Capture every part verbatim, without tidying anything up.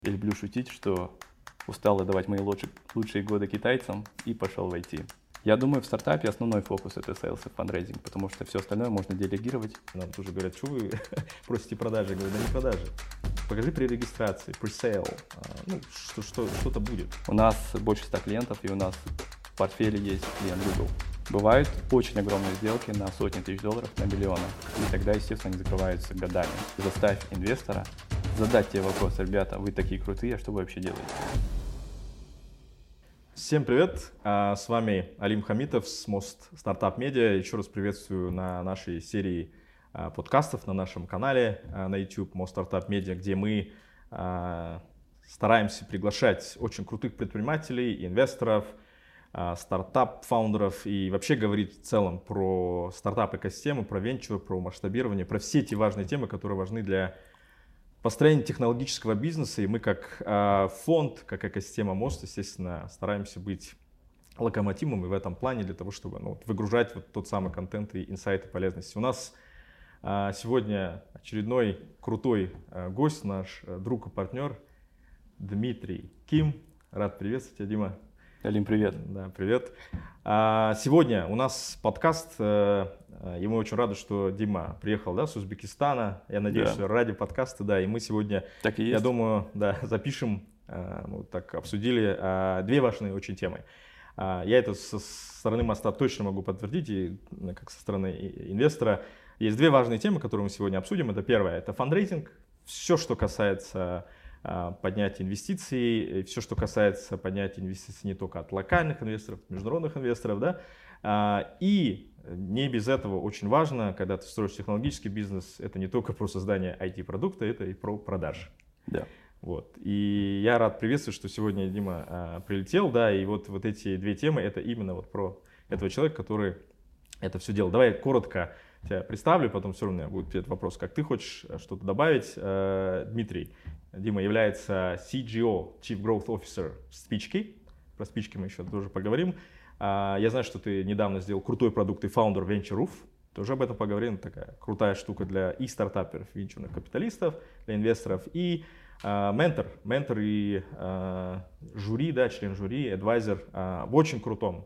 Я люблю шутить, что устал отдавать мои лучшие, лучшие годы китайцам и пошел в ай ти. Я думаю, в стартапе основной фокус — это sales и фандрейзинг, потому что все остальное можно делегировать. Нам тоже говорят, что вы просите продажи. Я говорю, да не продажи. Покажи при регистрации, pre-sale, ну, что, что, что-то будет. У нас больше ста клиентов, и у нас в портфеле есть клиент Google. Бывают очень огромные сделки на сотни тысяч долларов, на миллионы. И тогда, естественно, они закрываются годами. Заставь инвестора задать тебе вопрос: ребята, вы такие крутые, а что вы вообще делаете? Всем привет, с вами Алим Хамитов с Most Startup Media. Еще раз приветствую на нашей серии подкастов на нашем канале на YouTube Most Startup Media, где мы стараемся приглашать очень крутых предпринимателей, инвесторов, стартап-фаундеров и вообще говорить в целом про стартап-экосистему, про венчур, про масштабирование, про все те важные темы, которые важны для построения технологического бизнеса. И мы как э, фонд, как экосистема Most, естественно, стараемся быть локомотивом и в этом плане для того, чтобы ну, выгружать вот тот самый контент и инсайты полезности. У нас э, сегодня очередной крутой э, гость, наш э, друг и партнер Дмитрий Ким. Рад приветствовать тебя, Дима. Алим, привет. Да, привет. А, сегодня у нас подкаст, э, и мы очень рады, что Дима приехал, да, с Узбекистана. Я надеюсь, Да. что ради подкаста, да, и мы сегодня, Так и есть. я думаю, да, запишем, э, мы так обсудили э, две важные очень темы. А, я это со стороны моста точно могу подтвердить, и как со стороны инвестора. Есть две важные темы, которые мы сегодня обсудим. Это первое, это фандрейзинг, все, что касается поднятие инвестиций, все, что касается поднятия инвестиций не только от локальных инвесторов, международных инвесторов, да, и не без этого очень важно, когда ты строишь технологический бизнес, это не только про создание ай ти-продукта, это и про продажи. Да. Вот. И я рад приветствовать, что сегодня Дима а, прилетел, да, и вот, вот эти две темы, это именно вот про этого человека, который это все делал. Давай коротко тебя представлю, потом все равно будет этот вопрос, как ты хочешь что-то добавить. Дмитрий, Дима является си джи о, Chief Growth Officer Speechkey. Про Speechkey мы еще тоже поговорим. Я знаю, что ты недавно сделал крутой продукт и фаундер VentureRoof. Тоже об этом поговорим. Такая крутая штука для и стартаперов, и венчурных капиталистов, для инвесторов. И ментор, ментор и жюри, да, член жюри, адвайзер в очень крутом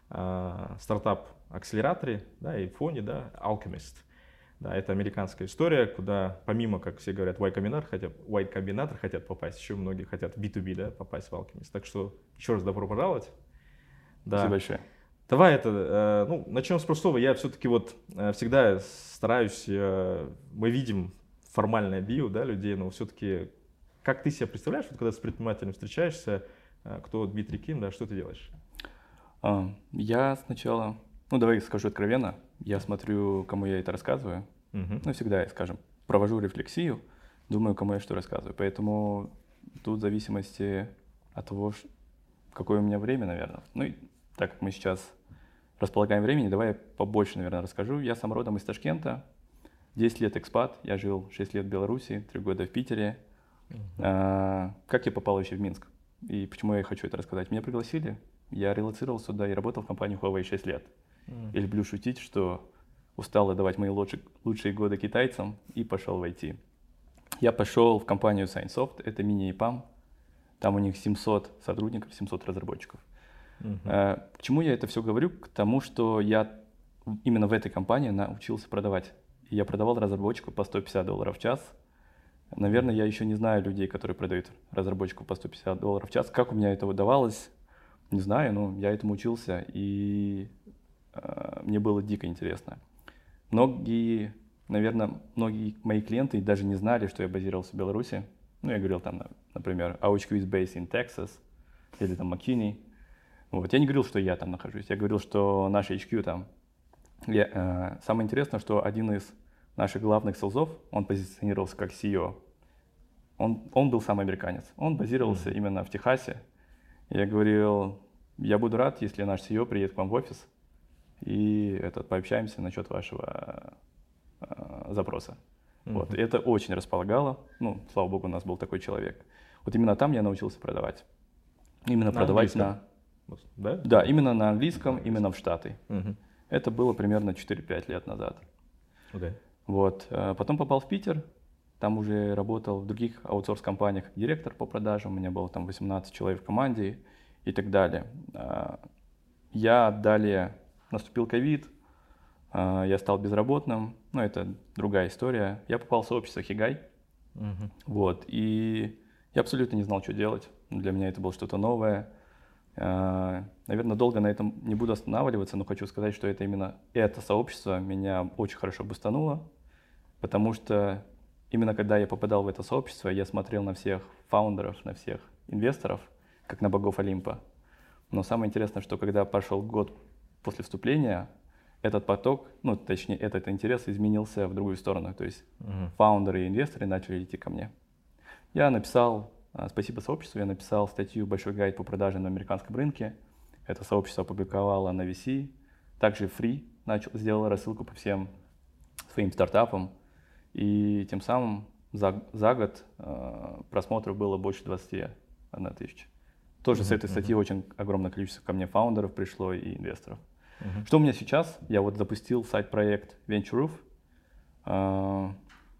стартап-акселераторе, да, и фоне, да, Alchemist. Да, это американская история, куда помимо, как все говорят, Y-комбинатор хотят, Y-комбинатор хотят попасть, еще многие хотят би ту би, да, попасть в Alchemist. Так что еще раз добро пожаловать. Да. Спасибо большое. Давай это, ну, начнем с простого. Я все-таки вот всегда стараюсь, мы видим формальное био, да, людей, но все-таки как ты себя представляешь, вот когда с предпринимателем встречаешься, кто Дмитрий Ким, да, что ты делаешь? Я сначала, ну давай скажу откровенно, я смотрю, кому я это рассказываю, Uh-huh. ну всегда, скажем, провожу рефлексию, думаю, кому я что рассказываю, поэтому тут в зависимости от того, какое у меня время, наверное. Ну и так как мы сейчас располагаем времени, давай я побольше, наверное, расскажу. Я сам родом из Ташкента, десять лет экспат, я жил шесть лет в Беларуси, три года в Питере. Uh-huh. А, как я попал вообще в Минск и почему я хочу это рассказать? Меня пригласили. Я релоцировался сюда и работал в компании Huawei шесть лет. Mm. Я люблю шутить, что устал отдавать мои лучшие, лучшие годы китайцам и пошел в ай ти. Я пошел в компанию SignSoft, это мини-ИПАМ. Там у них семьсот сотрудников, семьсот разработчиков. Mm-hmm. А, к чему я это все говорю? К тому, что я именно в этой компании научился продавать. И я продавал разработчику по сто пятьдесят долларов в час. Наверное, я еще не знаю людей, которые продают разработчику по сто пятьдесят долларов в час. Как у меня это удавалось? Не знаю, но я этому учился, и э, мне было дико интересно. Многие, наверное, многие мои клиенты даже не знали, что я базировался в Беларуси. Ну, я говорил там, например, Our эйч кью is based in Texas, или там McKinney. Вот. Я не говорил, что я там нахожусь, я говорил, что наш эйч кью там. Я, э, самое интересное, что один из наших главных селзов, он позиционировался как си и о. Он, он был сам американец, он базировался mm-hmm. именно в Техасе. Я говорил, я буду рад, если наш си и о приедет к вам в офис и этот, пообщаемся насчет вашего э, запроса. Mm-hmm. Вот. И это очень располагало. Ну, слава богу, у нас был такой человек. Вот именно там я научился продавать. Именно на продавать на... Да? Да, именно на английском, именно в Штаты. Mm-hmm. Это было примерно четыре-пять лет назад. Okay. Вот. Потом попал в Питер. там уже работал в других аутсорс-компаниях как директор по продажам, у меня было там восемнадцать человек в команде и так далее. Я далее, наступил ковид, я стал безработным, но это другая история. Я попал в сообщество Хигай, uh-huh. вот, и я абсолютно не знал, что делать. Для меня это было что-то новое. Наверное, долго на этом не буду останавливаться, но хочу сказать, что это именно это сообщество меня очень хорошо бустануло, потому что именно когда я попадал в это сообщество, я смотрел на всех фаундеров, на всех инвесторов, как на богов Олимпа. Но самое интересное, что когда прошел год после вступления, этот поток, ну, точнее, этот интерес изменился в другую сторону. То есть uh-huh. фаундеры и инвесторы начали идти ко мне. Я написал, спасибо сообществу, я написал статью «Большой гайд по продаже на американском рынке». Это сообщество опубликовало на ви си. Также Free начал, сделал рассылку по всем своим стартапам. И тем самым за, за год э, просмотров было больше двадцать одна тысяча. Тоже uh-huh, с этой статьи uh-huh. очень огромное количество ко мне фаундеров пришло и инвесторов. Uh-huh. Что у меня сейчас? Я вот запустил сайт-проект VentureRoof. О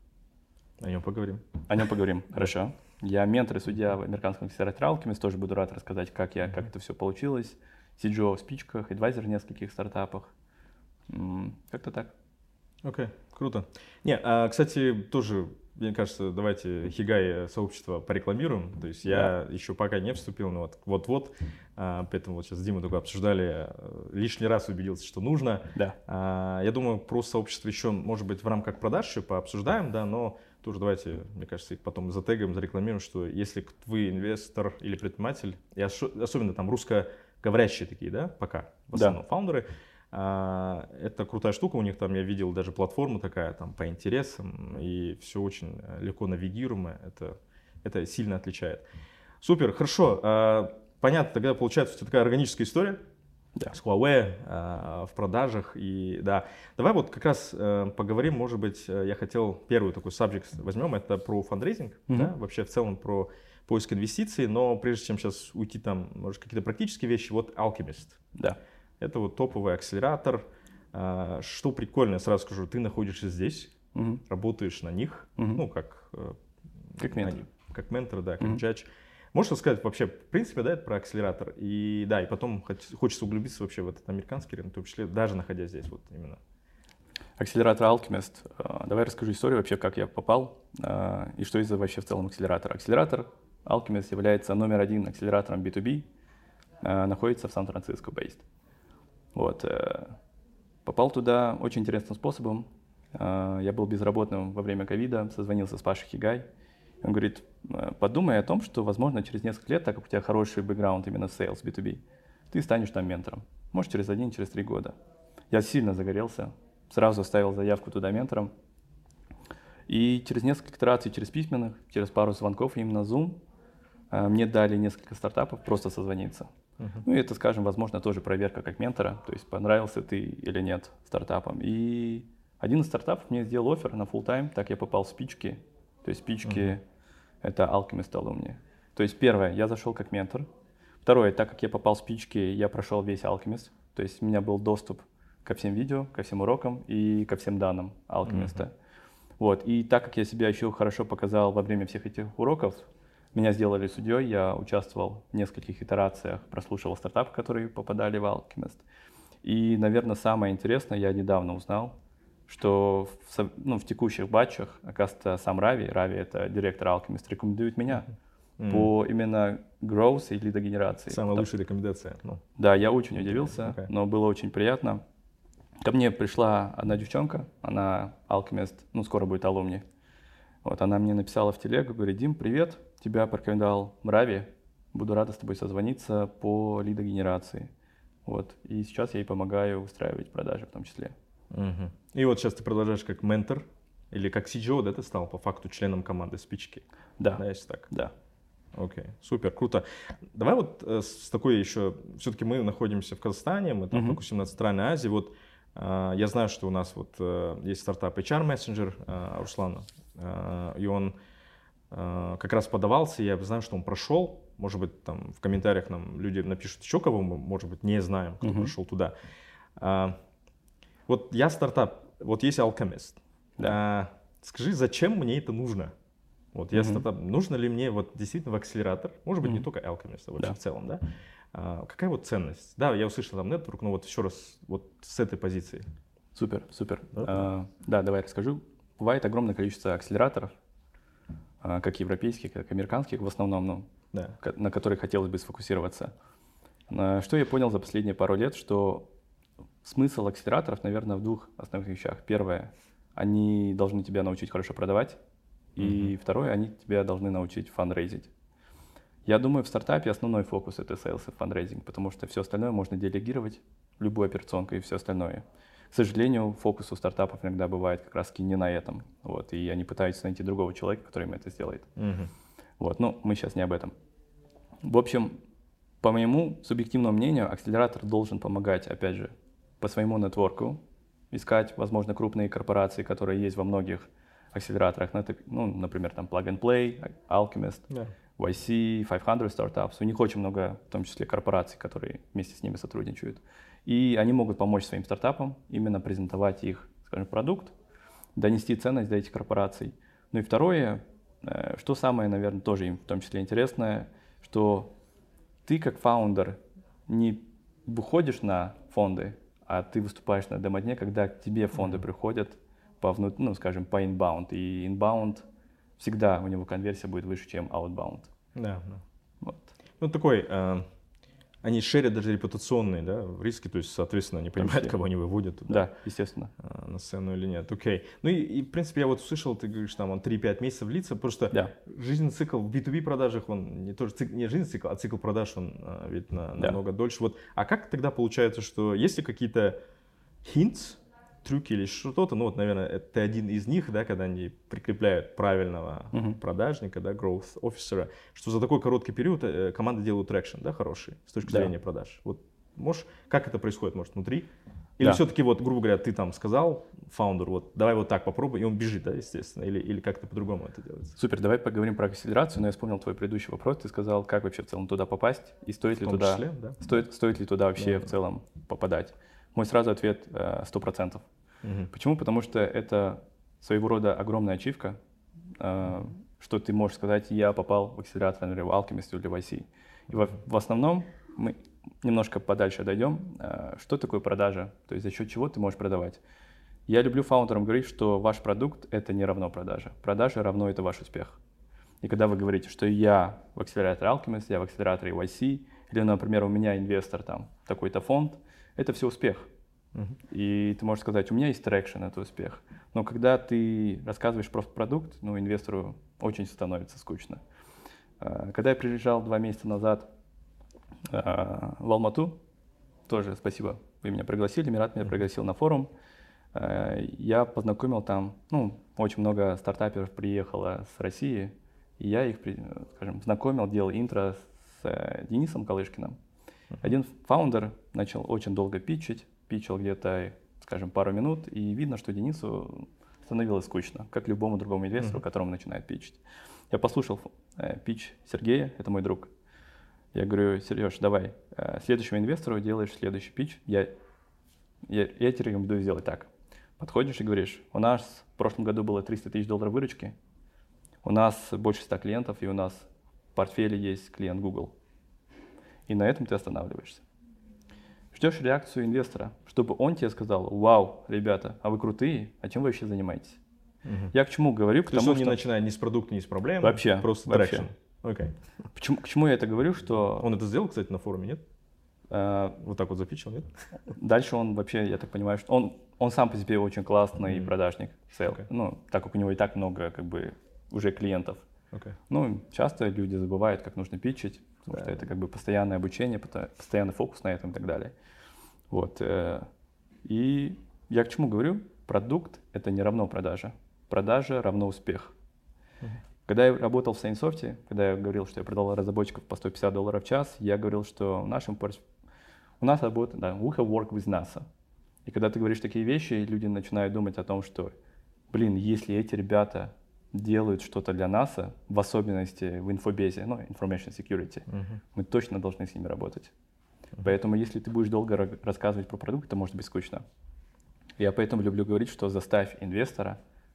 нем поговорим. О нем поговорим, хорошо. Я ментор и судья в американском акселераторе Alchemist. Тоже буду рад рассказать, как, я, uh-huh. как это все получилось. си джи о в спичках, адвайзер в нескольких стартапах. М-м, как-то так. Окей, okay, круто. Не, а, кстати, тоже, мне кажется, давайте Хигай сообщество порекламируем. То есть я да. еще пока не вступил, но вот, вот-вот, а, поэтому вот сейчас с Димой только обсуждали, лишний раз убедился, что нужно. Да. А, я думаю, про сообщество еще, может быть, в рамках продаж еще пообсуждаем, да, но тоже давайте, мне кажется, их потом затегаем, зарекламируем, что если вы инвестор или предприниматель, и особенно там русскоговорящие такие, да, пока, в основном да. фаундеры, Uh, это крутая штука, у них там, я видел, даже платформа такая там по интересам, и все очень легко навигируемое, это, это сильно отличает. Супер, хорошо, uh, понятно, тогда получается у тебя такая органическая история да. с Huawei uh, в продажах, и да, давай вот как раз uh, поговорим, может быть, uh, я хотел первый такой subject возьмем, это про фандрейзинг, mm-hmm. да, вообще в целом про поиск инвестиций, но прежде чем сейчас уйти там, может, какие-то практические вещи, вот Alchemist. Да. Это вот топовый акселератор. Что прикольно, сразу скажу, ты находишься здесь, угу. работаешь на них, угу. ну, как, как ментор. Они, как ментор, да, как угу. джадж. Можешь рассказать вообще, в принципе, да, это про акселератор? И да, и потом хочется углубиться вообще в этот американский рынок, в том числе даже находясь здесь, вот именно. Акселератор Alchemist. Давай расскажу историю вообще, как я попал и что это вообще в целом акселератор. Акселератор Alchemist является номер один акселератором би ту би, находится в Сан-Франциско based. Вот. Попал туда очень интересным способом. Я был безработным во время ковида, созвонился с Пашей Хигай. Он говорит, подумай о том, что, возможно, через несколько лет, так как у тебя хороший бэкграунд именно в sales би ту би, ты станешь там ментором. Может, через один, через три года. Я сильно загорелся, сразу оставил заявку туда ментором. И через несколько итераций, через письменных, через пару звонков именно Zoom, мне дали несколько стартапов просто созвониться. Uh-huh. Ну и это, скажем, возможно, тоже проверка как ментора, то есть понравился ты или нет стартапам. И один из стартапов мне сделал оффер на full time, так я попал в спички. То есть спички uh-huh. это Alchemist Alumni. То есть первое, я зашел как ментор. Второе, так как я попал в спички, я прошел весь Alchemist. То есть у меня был доступ ко всем видео, ко всем урокам и ко всем данным Alchemist. Uh-huh. Вот. И так как я себя еще хорошо показал во время всех этих уроков, меня сделали судьей, я участвовал в нескольких итерациях, прослушивал стартапы, которые попадали в Alchemist. И, наверное, самое интересное, я недавно узнал, что в, ну, в текущих батчах, оказывается, сам Рави, Рави это директор Alchemist, рекомендует меня mm-hmm. по именно growth и лидогенерации. Самая Потому, лучшая рекомендация. Ну. Да, я очень удивился, okay. но было очень приятно. Ко мне пришла одна девчонка, она Alchemist, ну, скоро будет алумни. Вот, она мне написала в телегу, говорит, Дим, привет, тебя порекомендовал Рави, буду рада с тобой созвониться по лидогенерации. Вот, и сейчас я ей помогаю устраивать продажи в том числе. Угу. И вот сейчас ты продолжаешь как ментор или как си джи о, да, ты стал по факту членом команды спички? Да. Да, если так? Да. Окей, супер, круто. Давай вот э, с такой еще, все-таки мы находимся в Казахстане, мы там, угу. фокусируемся на Центральной Азии, вот э, я знаю, что у нас вот э, есть стартап эйч ар Messenger э, Руслана, э, и он э, как раз подавался, я знаю, что он прошел, может быть, там в комментариях нам люди напишут еще кого мы, может быть, не знаем, кто угу. прошел туда. Э, вот я стартап, вот есть Alchemist, да. э, скажи, зачем мне это нужно? Вот я Мгм. стартап, нужно ли мне вот действительно в акселератор, может быть, не Мгм. только Alchemist, а вообще Да. в целом, да? А, какая вот ценность? Да, я услышал там Network, но вот еще раз вот с этой позиции. Супер, супер. Да, А, да, давай расскажу. Бывает огромное количество акселераторов, а, как европейских, так и американских в основном, ну, Да. ко- на которых хотелось бы сфокусироваться. А, Что я понял за последние пару лет, что смысл акселераторов, наверное, в двух основных вещах. Первое, они должны тебя научить хорошо продавать. И Мгм. второе, они тебя должны научить фандрейзить. Я думаю, в стартапе основной фокус — это sales и фандрейзинг, потому что все остальное можно делегировать, любую операционку и все остальное. К сожалению, фокус у стартапов иногда бывает как раз-таки не на этом. Вот, и они пытаются найти другого человека, который им это сделает. Мгм. Вот, но мы сейчас не об этом. В общем, по моему субъективному мнению, акселератор должен помогать, опять же, по своему нетворку, искать, возможно, крупные корпорации, которые есть во многих акселераторах, ну, это, ну, например, там Plug and Play, Alchemist, Да. вай си, пятьсот Startups. У них очень много, в том числе, корпораций, которые вместе с ними сотрудничают. И они могут помочь своим стартапам именно презентовать их, скажем, продукт, донести ценность до этих корпораций. Ну и второе, э, что самое, наверное, тоже им в том числе интересное, что ты как фаундер не выходишь на фонды, а ты выступаешь на демо-дне, когда к тебе фонды Мгм. приходят по, вну- ну, скажем, по inbound. И inbound всегда у него конверсия будет выше, чем outbound. Да, да. Вот. Ну, такой, э, они шерят даже репутационные, да, риски, то есть, соответственно, они понимают, числе. кого они выводят туда, Да, естественно. а, на сцену или нет. Окей. Ну и, и, в принципе, я вот услышал, ты говоришь, там он три-пять месяцев длится, просто Да. жизненный цикл в би ту би продажах, он не тоже цик- не жизненный цикл, а цикл продаж, он а, ведь на- Да. намного дольше. Вот, а как тогда получается, что есть ли какие-то hints, трюки или что-то, ну вот, наверное, это один из них, да, когда они прикрепляют правильного Мгм. продажника, да, growth officer, что за такой короткий период э, команда делает трекшн, да, хороший, с точки Да. зрения продаж. Вот можешь, как это происходит, может, внутри? Или Да. все-таки, вот, грубо говоря, ты там сказал фаундеру, вот, давай вот так попробуй, и он бежит, да, естественно, или, или как-то по-другому это делается? Супер, давай поговорим про акселерацию, но я вспомнил твой предыдущий вопрос. Ты сказал, как вообще в целом туда попасть и стоит В ли том туда, числе, да. стоит, стоит ли туда вообще Да, в да. целом попадать. Мой сразу ответ э, сто процентов. Мгм. Почему? Потому что это своего рода огромная ачивка, э, что ты можешь сказать, я попал в акселератор, например, в Alchemist или в ай си. И в, в основном мы немножко подальше дойдем. Э, что такое продажа? То есть за счет чего ты можешь продавать? Я люблю фаундерам говорить, что ваш продукт — это не равно продаже. Продажа равно — это ваш успех. И когда вы говорите, что я в акселераторе Alchemist, я в акселераторе вай си, или, например, у меня инвестор там такой-то фонд, это все успех. Мгм. И ты можешь сказать, у меня есть трекшн, это успех. Но когда ты рассказываешь про продукт, ну, инвестору очень становится скучно. А, Когда я приезжал два месяца назад а, в Алмату, тоже спасибо, вы меня пригласили, Мират меня Мгм. пригласил на форум, а, я познакомил там, ну, очень много стартаперов приехало с России, и я их, при- скажем, знакомил, делал интро с э, Денисом Калышкиным. Мгм. Один фаундер начал очень долго питчить, питчил где-то, скажем, пару минут, и видно, что Денису становилось скучно, как любому другому инвестору, Мгм. которому начинает питчить. Я послушал э, питч Сергея, это мой друг. Я говорю, Сереж, давай, э, следующему инвестору делаешь следующий питч. Я, я, я тебе рекомендую сделать так. Подходишь и говоришь, у нас в прошлом году было триста тысяч долларов выручки, у нас больше ста клиентов, и у нас в портфеле есть клиент Google. И на этом ты останавливаешься. Ждешь реакцию инвестора, чтобы он тебе сказал, вау, ребята, а вы крутые, а чем вы вообще занимаетесь? Мгм. Я к чему говорю, То есть потому он не что... начинает ни с продукта, ни с проблем, Вообще, просто вообще. трекшн. Окей. Почему, к чему я это говорю, что Он это сделал, кстати, на форуме, нет? э, Вот так вот запичил, нет? дальше он вообще, я так понимаю, что он, он сам по себе очень классный Мгм. продажник, сейл. Окей. Ну, так как у него и так много как бы уже клиентов. Окей. Ну, часто люди забывают, как нужно питчить, потому Да. что это как бы постоянное обучение, пото- постоянный фокус на этом и так далее. Вот. э, И я к чему говорю? Продукт — это не равно продажа. Продажа равно успех. Мгм. Когда я работал в Сайнсофте, когда я говорил, что я продавал разработчиков по сто пятьдесят долларов в час, я говорил, что в нашем портф- у нас работа, да, we have worked with NASA. И когда ты говоришь такие вещи, люди начинают думать о том, что, блин, если эти ребята делают что-то для НАСА, в особенности в инфобезе, ну, information security, Мгм. мы точно должны с ними работать. Мгм. Поэтому если ты будешь долго рассказывать про продукт, это может быть скучно. Я поэтому люблю говорить, что заставь инвестора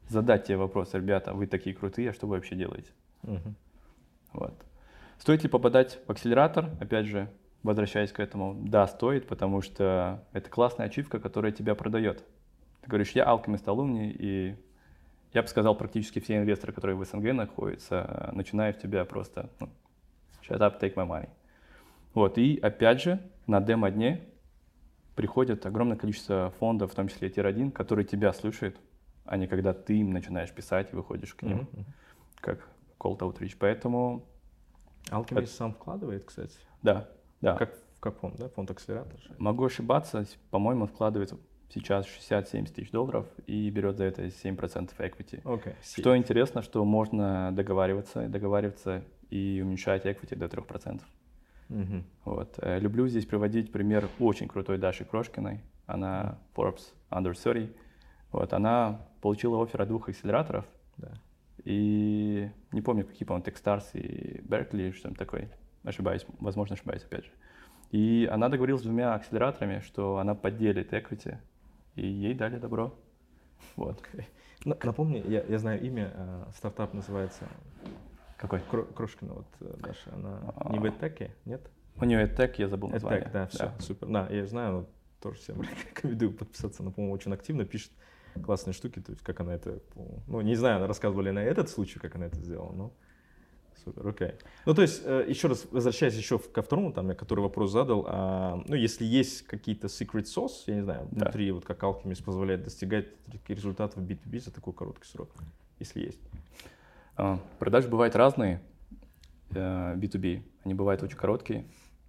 задать тебе вопрос: ребята, вы такие крутые, а что вы вообще делаете? Мгм. Вот. Стоит ли попадать в акселератор? Опять же, возвращаясь к этому, да, стоит, потому что это классная ачивка, которая тебя продает. Ты говоришь: я Alchemist Alumni, и я бы сказал, практически все инвесторы, которые в СНГ находятся, начинают тебя просто ну, shut up, take my money. Вот, и опять же, на демо-дне приходит огромное количество фондов, в том числе тир один, которые тебя слушают, а не когда ты им начинаешь писать и выходишь к ним, Мгм. как cold outreach. Поэтому Alchemist сам вкладывает, кстати. да, да. Как в каком, да? Фонд акселератор же. Могу ошибаться, с- по-моему, вкладывает сейчас шестьдесят-семьдесят тысяч долларов и берет за это семь процентов equity. Окей. Что интересно, что можно договариваться, договариваться и уменьшать equity до трех процентов. Мгм. Вот. Э, Люблю здесь приводить пример очень крутой Даши Крошкиной. Она Forbes Under тридцать. Вот. Она получила оффер от двух акселераторов. Да. И не помню, какие, по-моему, Techstars и Berkeley, что-то такое. Ошибаюсь, возможно, ошибаюсь опять же. И она договорилась с двумя акселераторами, что она поделит equity, и ей дали добро. Вот. На- Напомни, я, я знаю имя, а, стартап называется Какой? Кро- Крошкина, вот э, Даша, она не в Эдтеке, нет? У нее EdTech, я забыл название. Эдтек, да, все, супер. Да, я знаю, но тоже всем рекомендую подписаться, она, по-моему, очень активно пишет классные штуки, то есть как она это, по-моему, ну, не знаю, рассказывали на этот случай, как она это сделала, но супер, окей. Ну, то есть, э, еще раз, возвращаясь еще в- ко второму, там, я который вопрос задал, а, ну, если есть какие-то secret sauce, я не знаю, Да. внутри, вот как Alchemist позволяет достигать таких результатов би ту би за такой короткий срок, если есть. А, Продажи бывают разные, э, би ту би. Они бывают очень короткие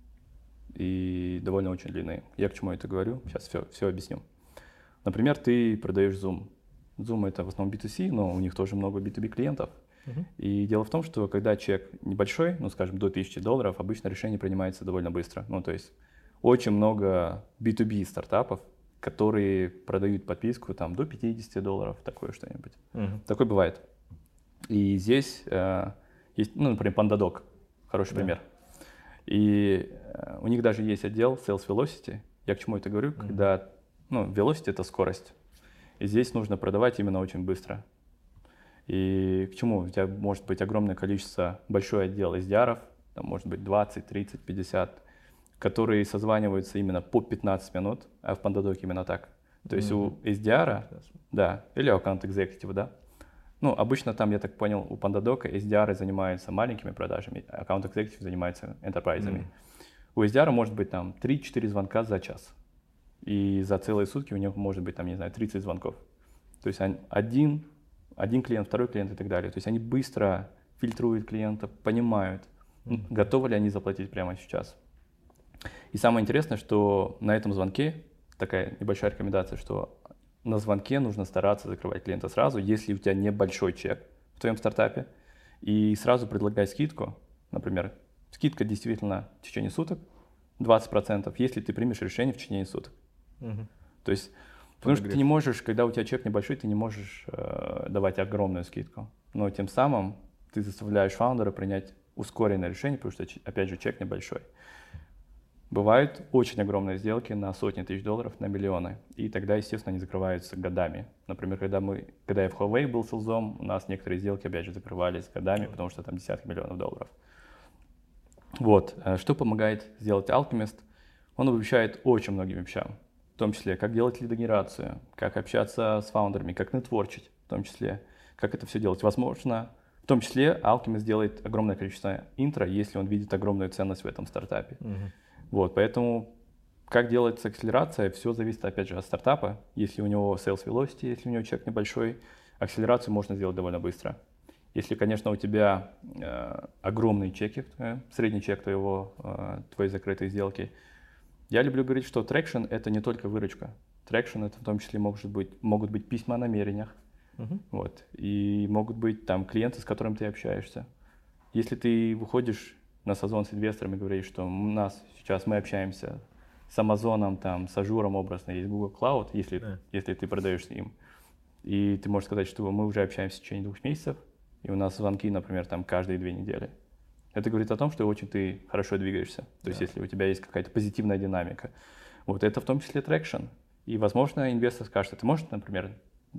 и довольно очень длинные. Я к чему это говорю? Сейчас все, все объясню. Например, ты продаешь Zoom. Zoom — это в основном би ту си, но у них тоже много би ту би клиентов. Мгм. И дело в том, что когда чек небольшой, ну, скажем, до тысячи долларов, обычно решение принимается довольно быстро. Ну, то есть очень много би ту би стартапов, которые продают подписку там до пятидесяти долларов, такое что-нибудь. Мгм. Такое бывает. И здесь э, есть, ну, например, PandaDoc, хороший Да. пример. И э, у них даже есть отдел Sales Velocity. Я к чему это говорю? Мгм. Когда, ну, velocity — это скорость. И здесь нужно продавать именно очень быстро. И к чему? У тебя может быть огромное количество, большой отдел эс ди ар-ов, там может быть двадцать, тридцать, пятьдесят, которые созваниваются именно по пятнадцать минут, а в PandaDoc именно так. То есть у эс ди ар, да, или у аккаунт экзекутива, да. Ну, обычно там, я так понял, у PandaDoc эс ди ар занимаются маленькими продажами, а аккаунт экзекутив занимается энтерпрайзами. Мгм. У эс ди ар может быть там три-четыре звонка за час. И за целые сутки у него может быть там, не знаю, тридцать звонков. То есть он- один, один клиент, второй клиент и так далее. То есть они быстро фильтруют клиентов, понимают, Мгм. готовы ли они заплатить прямо сейчас. И самое интересное, что на этом звонке, такая небольшая рекомендация, что на звонке нужно стараться закрывать клиента сразу, если у тебя небольшой чек в твоем стартапе, и сразу предлагать скидку. Например, скидка действительно в течение суток, двадцать процентов, если ты примешь решение в течение суток. Мгм. То есть, потому что Подогрев. ты не можешь, когда у тебя чек небольшой, ты не можешь э, давать огромную скидку. Но тем самым ты заставляешь фаундера принять ускоренное решение, потому что, ч- опять же, чек небольшой. Бывают очень огромные сделки на сотни тысяч долларов, на миллионы. И тогда, естественно, они закрываются годами. Например, когда, мы, когда я в Huawei был селзом, у нас некоторые сделки, опять же, закрывались годами, потому что там десятки миллионов долларов. Вот. э, Что помогает сделать Alchemist? Он обучает очень многим вещам. В том числе, как делать лидогенерацию, как общаться с фаундерами, как нетворчить, в том числе, как это все делать. Возможно, в том числе Alchemist делает огромное количество интро, если он видит огромную ценность в этом стартапе. Мгм. Вот, поэтому как делается акселерация, все зависит, опять же, от стартапа. Если у него sales velocity, если у него чек небольшой, акселерацию можно сделать довольно быстро. Если, конечно, у тебя э, огромные чеки, э, средний чек твоего, э, твоей закрытой сделки, я люблю говорить, что traction — это не только выручка. Traction — это в том числе может быть, могут быть письма о намерениях, Мгм. вот, и могут быть там клиенты, с которыми ты общаешься. Если ты выходишь на созвон с инвесторами и говоришь, что у нас сейчас мы общаемся с Амазоном, там, с Ажуром образно, есть Google Cloud, если, Да. если ты продаешь им, и ты можешь сказать, что мы уже общаемся в течение двух месяцев, и у нас звонки, например, там каждые две недели. Это говорит о том, что очень ты хорошо двигаешься. То Да. есть если у тебя есть какая-то позитивная динамика. Вот это в том числе трекшн. И, возможно, инвестор скажет, ты можешь, например,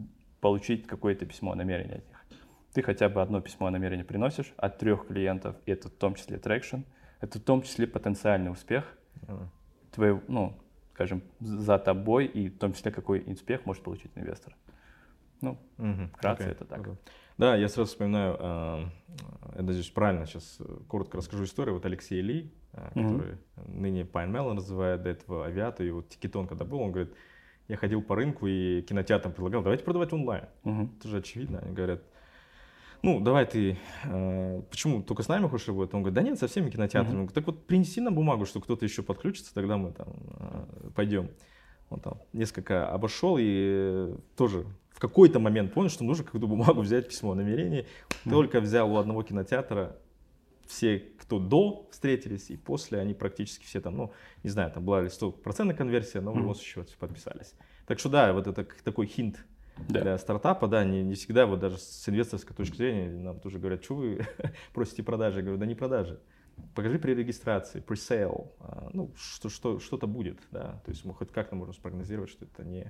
получить какое-то письмо о намерении от них. Ты хотя бы одно письмо о намерении приносишь от трех клиентов, и это в том числе трекшн, это в том числе потенциальный успех, mm-hmm. твой, ну, скажем, за тобой, и в том числе какой успех может получить инвестор. Ну, mm-hmm. вкратце okay. это так. Okay. Да, я сразу вспоминаю, э, это здесь правильно, сейчас коротко расскажу историю. Вот Алексей Ли, э, который mm-hmm. ныне PineMail называет, до этого Авиату, и вот Тикетон, когда был, он говорит, я ходил по рынку и кинотеатрам предлагал, давайте продавать онлайн. Mm-hmm. Это же очевидно. Они говорят, ну, давай ты, э, почему, только с нами хочешь работать? Он говорит, да нет, со всеми кинотеатрами. Mm-hmm. Говорит, так вот принеси нам бумагу, что кто-то еще подключится, тогда мы там э, пойдем. Он там несколько обошел и тоже в какой-то момент понял, что нужно какую-то бумагу взять, письмо о намерении. Mm-hmm. Только взял у одного кинотеатра, все, кто до встретились, и после, они практически все там, ну, не знаю, там была ли сто процентов конверсия, но в любом случае вот подписались. Так что да, вот это такой хинт. Да. Для стартапа, да, не, не всегда, вот даже с инвесторской точки зрения, нам тоже говорят, что вы просите продажи, я говорю, да не продажи, покажи при регистрации, pre-sale, а, ну, что, что, что-то будет, да, то есть мы хоть как-то можем спрогнозировать, что это не,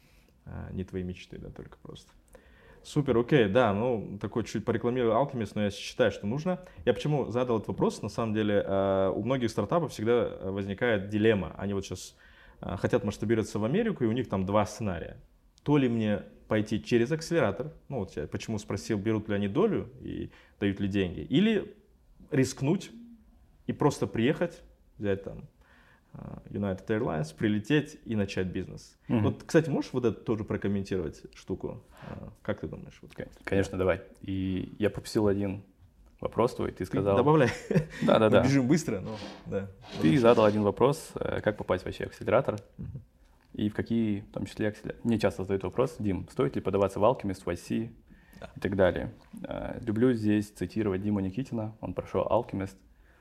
а, не твои мечты, да, только просто. Супер, окей, да, ну, такой чуть порекламирую Alchemist, но я считаю, что нужно. Я почему задал этот вопрос, на самом деле, а, у многих стартапов всегда возникает дилемма, они вот сейчас а, хотят масштабироваться в Америку, и у них там два сценария. То ли мне пойти через акселератор, ну вот я почему спросил, берут ли они долю и дают ли деньги, или рискнуть и просто приехать, взять там United Airlines, прилететь и начать бизнес. Mm-hmm. Вот, кстати, можешь вот это тоже прокомментировать штуку? Как ты думаешь? Вот, конечно, да. Давай. И я пропустил один вопрос твой, ты сказал... Ты добавляй. Да-да-да. Бежим быстро, но... Да. Ты задал один вопрос, как попасть вообще в акселератор. Mm-hmm. И в какие, в том числе, акселераторы. Мне часто задают вопрос, Дим, стоит ли подаваться в Alchemist, в ай си да. и так далее. Люблю здесь цитировать Диму Никитина, он прошел Alchemist.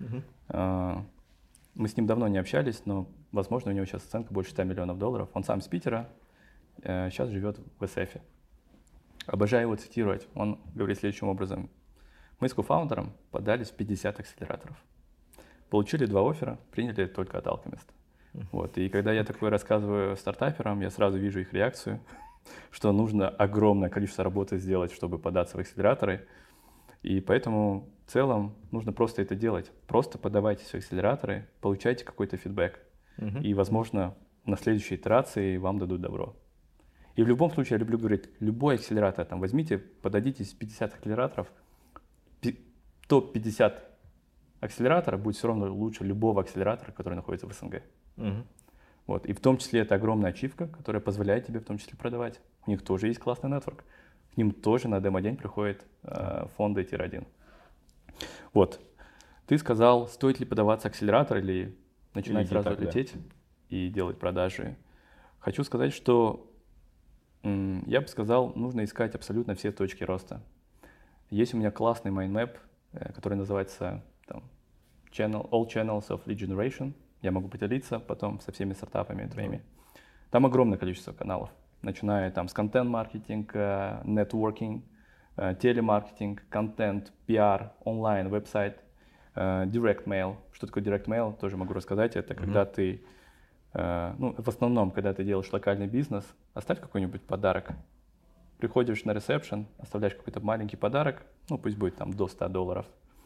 Угу. Мы с ним давно не общались, но, возможно, у него сейчас оценка больше ста миллионов долларов. Он сам из Питера, сейчас живет в эс эф. Обожаю его цитировать. Он говорит следующим образом. Мы с кофаундером подались в пятьдесят акселераторов. Получили два оффера, приняли только от Alchemist. Вот. И когда я такое рассказываю стартаперам, я сразу вижу их реакцию, что нужно огромное количество работы сделать, чтобы податься в акселераторы. И поэтому в целом нужно просто это делать. Просто подавайтесь в акселераторы, получайте какой-то фидбэк. Uh-huh. И, возможно, на следующей итерации вам дадут добро. И в любом случае, я люблю говорить, любой акселератор, там, возьмите, подадитесь в пятьдесят акселераторов, топ пятьдесят акселератора будет все равно лучше любого акселератора, который находится в эс эн гэ. Uh-huh. Вот. И в том числе это огромная ачивка, которая позволяет тебе в том числе продавать. У них тоже есть классный нетворк. К ним тоже на демо-день приходят э, фонды тир один. Вот. Ты сказал, стоит ли подаваться акселератор или начинать или сразу так, лететь да. и делать продажи. Хочу сказать, что м, я бы сказал, нужно искать абсолютно все точки роста. Есть у меня классный майндмэп, э, который называется там, channel, All Channels of Lead Generation. Я могу поделиться потом со всеми стартапами твоими. Там огромное количество каналов, начиная там с контент-маркетинг, нетворкинг, телемаркетинг, контент, пиар, онлайн, веб-сайт, direct mail. Что такое direct mail, тоже могу рассказать. Это mm-hmm. когда ты, ну, в основном, когда ты делаешь локальный бизнес, оставь какой-нибудь подарок. Приходишь на ресепшн, оставляешь какой-то маленький подарок, ну, пусть будет там до ста долларов,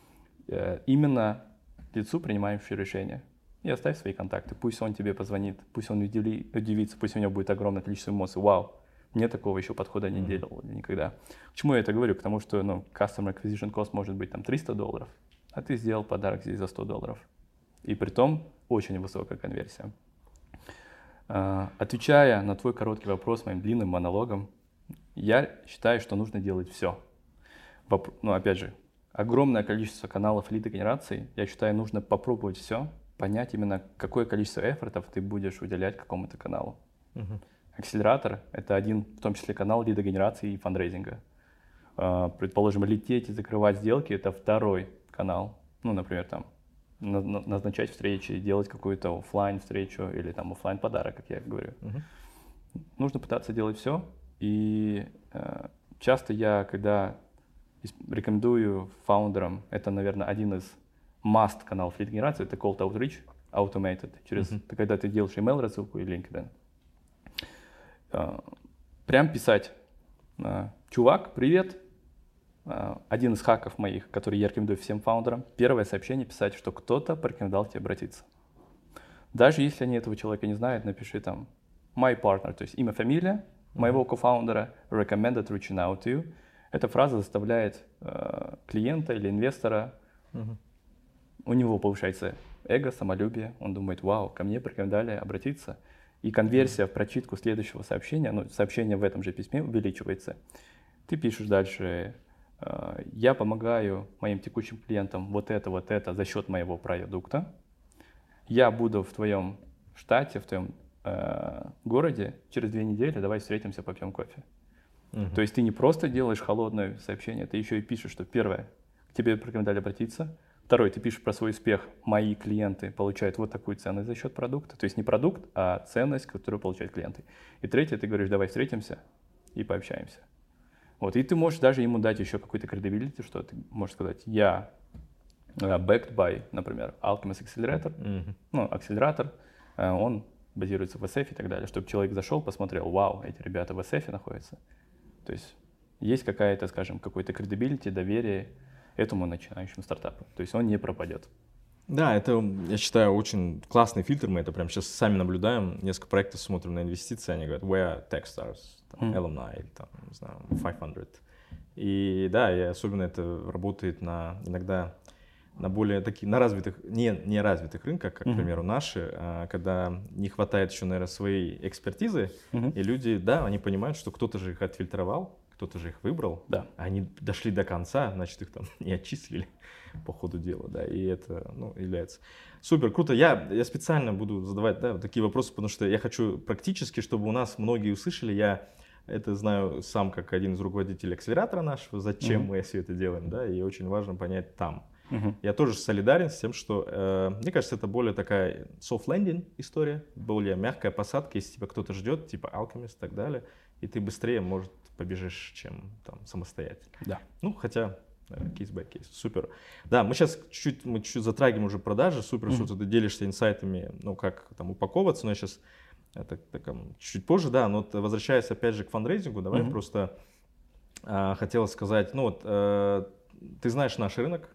именно лицу, принимающему решение. И оставь свои контакты, пусть он тебе позвонит, пусть он удиви, удивится, пусть у него будет огромное количество эмоций. Вау, мне такого еще подхода не mm-hmm. делал никогда. Почему я это говорю? Потому что ну, customer acquisition cost может быть там триста долларов, а ты сделал подарок здесь за сто долларов. И при том очень высокая конверсия. Uh, отвечая на твой короткий вопрос моим длинным монологом, я считаю, что нужно делать все. Воп- ну, опять же, огромное количество каналов лидогенерации, я считаю, нужно попробовать все, понять именно, какое количество эфортов ты будешь уделять какому-то каналу. Uh-huh. Акселератор — это один, в том числе, канал лидогенерации и фандрейзинга. Uh, предположим, лететь и закрывать сделки — это второй канал. Ну, например, там, на- на- назначать встречи, делать какую-то офлайн встречу или там офлайн подарок, как я говорю. Uh-huh. Нужно пытаться делать все. И uh, часто я, когда рекомендую фаундерам, это, наверное, один из must каналов лид-генерации, это call to outreach, automated, через, uh-huh. ты, когда ты делаешь email рассылку и LinkedIn. Uh, прям писать, э, чувак, привет. Э, один из хаков моих, который я рекомендую всем фаундерам, первое сообщение писать, что кто-то порекомендовал тебе обратиться. Даже если они этого человека не знают, напиши там my partner, то есть имя, фамилия моего кофаундера, recommended reaching out to you. Эта фраза заставляет э, клиента или инвестора, uh-huh. у него повышается эго, самолюбие, он думает, вау, ко мне порекомендовали обратиться. И конверсия uh-huh. в прочитку следующего сообщения, ну, сообщение в этом же письме увеличивается. Ты пишешь дальше, э, я помогаю моим текущим клиентам вот это, вот это за счет моего продукта. Я буду в твоем штате, в твоем э, городе через две недели, давай встретимся, попьем кофе. Uh-huh. То есть ты не просто делаешь холодное сообщение, ты еще и пишешь, что первое, к тебе порекомендовали обратиться. Второе, ты пишешь про свой успех. Мои клиенты получают вот такую ценность за счет продукта. То есть не продукт, а ценность, которую получают клиенты. И третье, ты говоришь, давай встретимся и пообщаемся. Вот. И ты можешь даже ему дать еще какой-то credibility, что ты можешь сказать, я uh, backed by, например, Alchemist Accelerator. Uh-huh. Ну, акселератор, uh, он базируется в эс эф и так далее, чтобы человек зашел, посмотрел, вау, эти ребята в эс эф находятся. То есть есть какая-то, скажем, какой-то credibility, доверие этому начинающему стартапу. То есть он не пропадет. Да, это, я считаю, очень классный фильтр. Мы это прямо сейчас сами наблюдаем. Несколько проектов смотрим на инвестиции, они говорят, where Techstars, там, mm. alumni, там, не знаю, пятьсот. И да, и особенно это работает на, иногда на более таких, на развитых, не, не развитых рынках, как, mm-hmm. к примеру, наши, а, когда не хватает еще, наверное, своей экспертизы, mm-hmm. и люди, да, они понимают, что кто-то же их отфильтровал, кто-то же их выбрал, да. Они дошли до конца, значит, их там не отчислили по ходу дела, да, и это, ну, является супер круто. Я, я специально буду задавать, да, такие вопросы, потому что я хочу практически, чтобы у нас многие услышали, я это знаю сам как один из руководителей акселератора нашего, зачем mm-hmm. мы все это делаем, да, и очень важно понять там. Uh-huh. Я тоже солидарен с тем, что, э, мне кажется, это более такая soft landing история, более мягкая посадка, если тебя кто-то ждет, типа Alchemist и так далее, и ты быстрее, может, побежишь, чем там самостоятельно. Да. Ну, хотя кейс by кейс, супер. Да, мы сейчас чуть-чуть, мы чуть-чуть затрагиваем уже продажи, супер, uh-huh. что ты делишься инсайтами, ну, как там упаковываться, но я сейчас, это так, чуть позже, да, но вот, возвращаясь опять же к фандрейзингу, давай uh-huh. просто э, хотел сказать, ну, вот, э, ты знаешь наш рынок,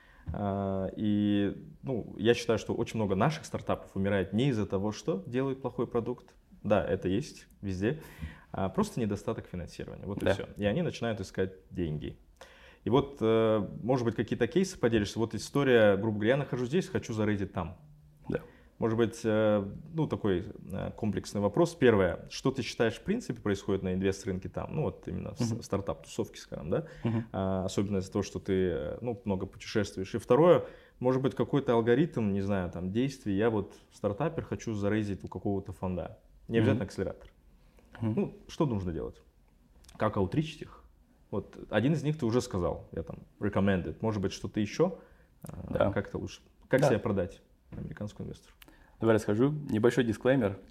Uh, и ну, я считаю, что очень много наших стартапов умирает не из-за того, что делают плохой продукт. Да, это есть везде. А просто недостаток финансирования. Вот да. и все. И они начинают искать деньги. И вот, uh, может быть, какие-то кейсы поделишься. Вот история, грубо говоря, я нахожусь здесь, хочу зарейдить там. Да. Может быть, uh, ну, такой uh, комплексный вопрос. Первое, что ты считаешь, в принципе, происходит на инвест-рынке там? Ну, вот именно uh-huh. в стартап-тусовке, скажем, да? Uh-huh. Uh, особенно из-за того, что ты, ну, много путешествуешь. И второе, может быть, какой-то алгоритм, не знаю, там, действий. Я вот стартапер, хочу зарейзить у какого-то фонда. Не обязательно uh-huh. акселератор. Uh-huh. Ну, что нужно делать? Как аутричить их? Вот один из них ты уже сказал, я там recommended. Может быть, что-то еще? Да. Uh, как это лучше? Как да. себя продать американскому инвестору? Давай расскажу. Небольшой дисклеймер.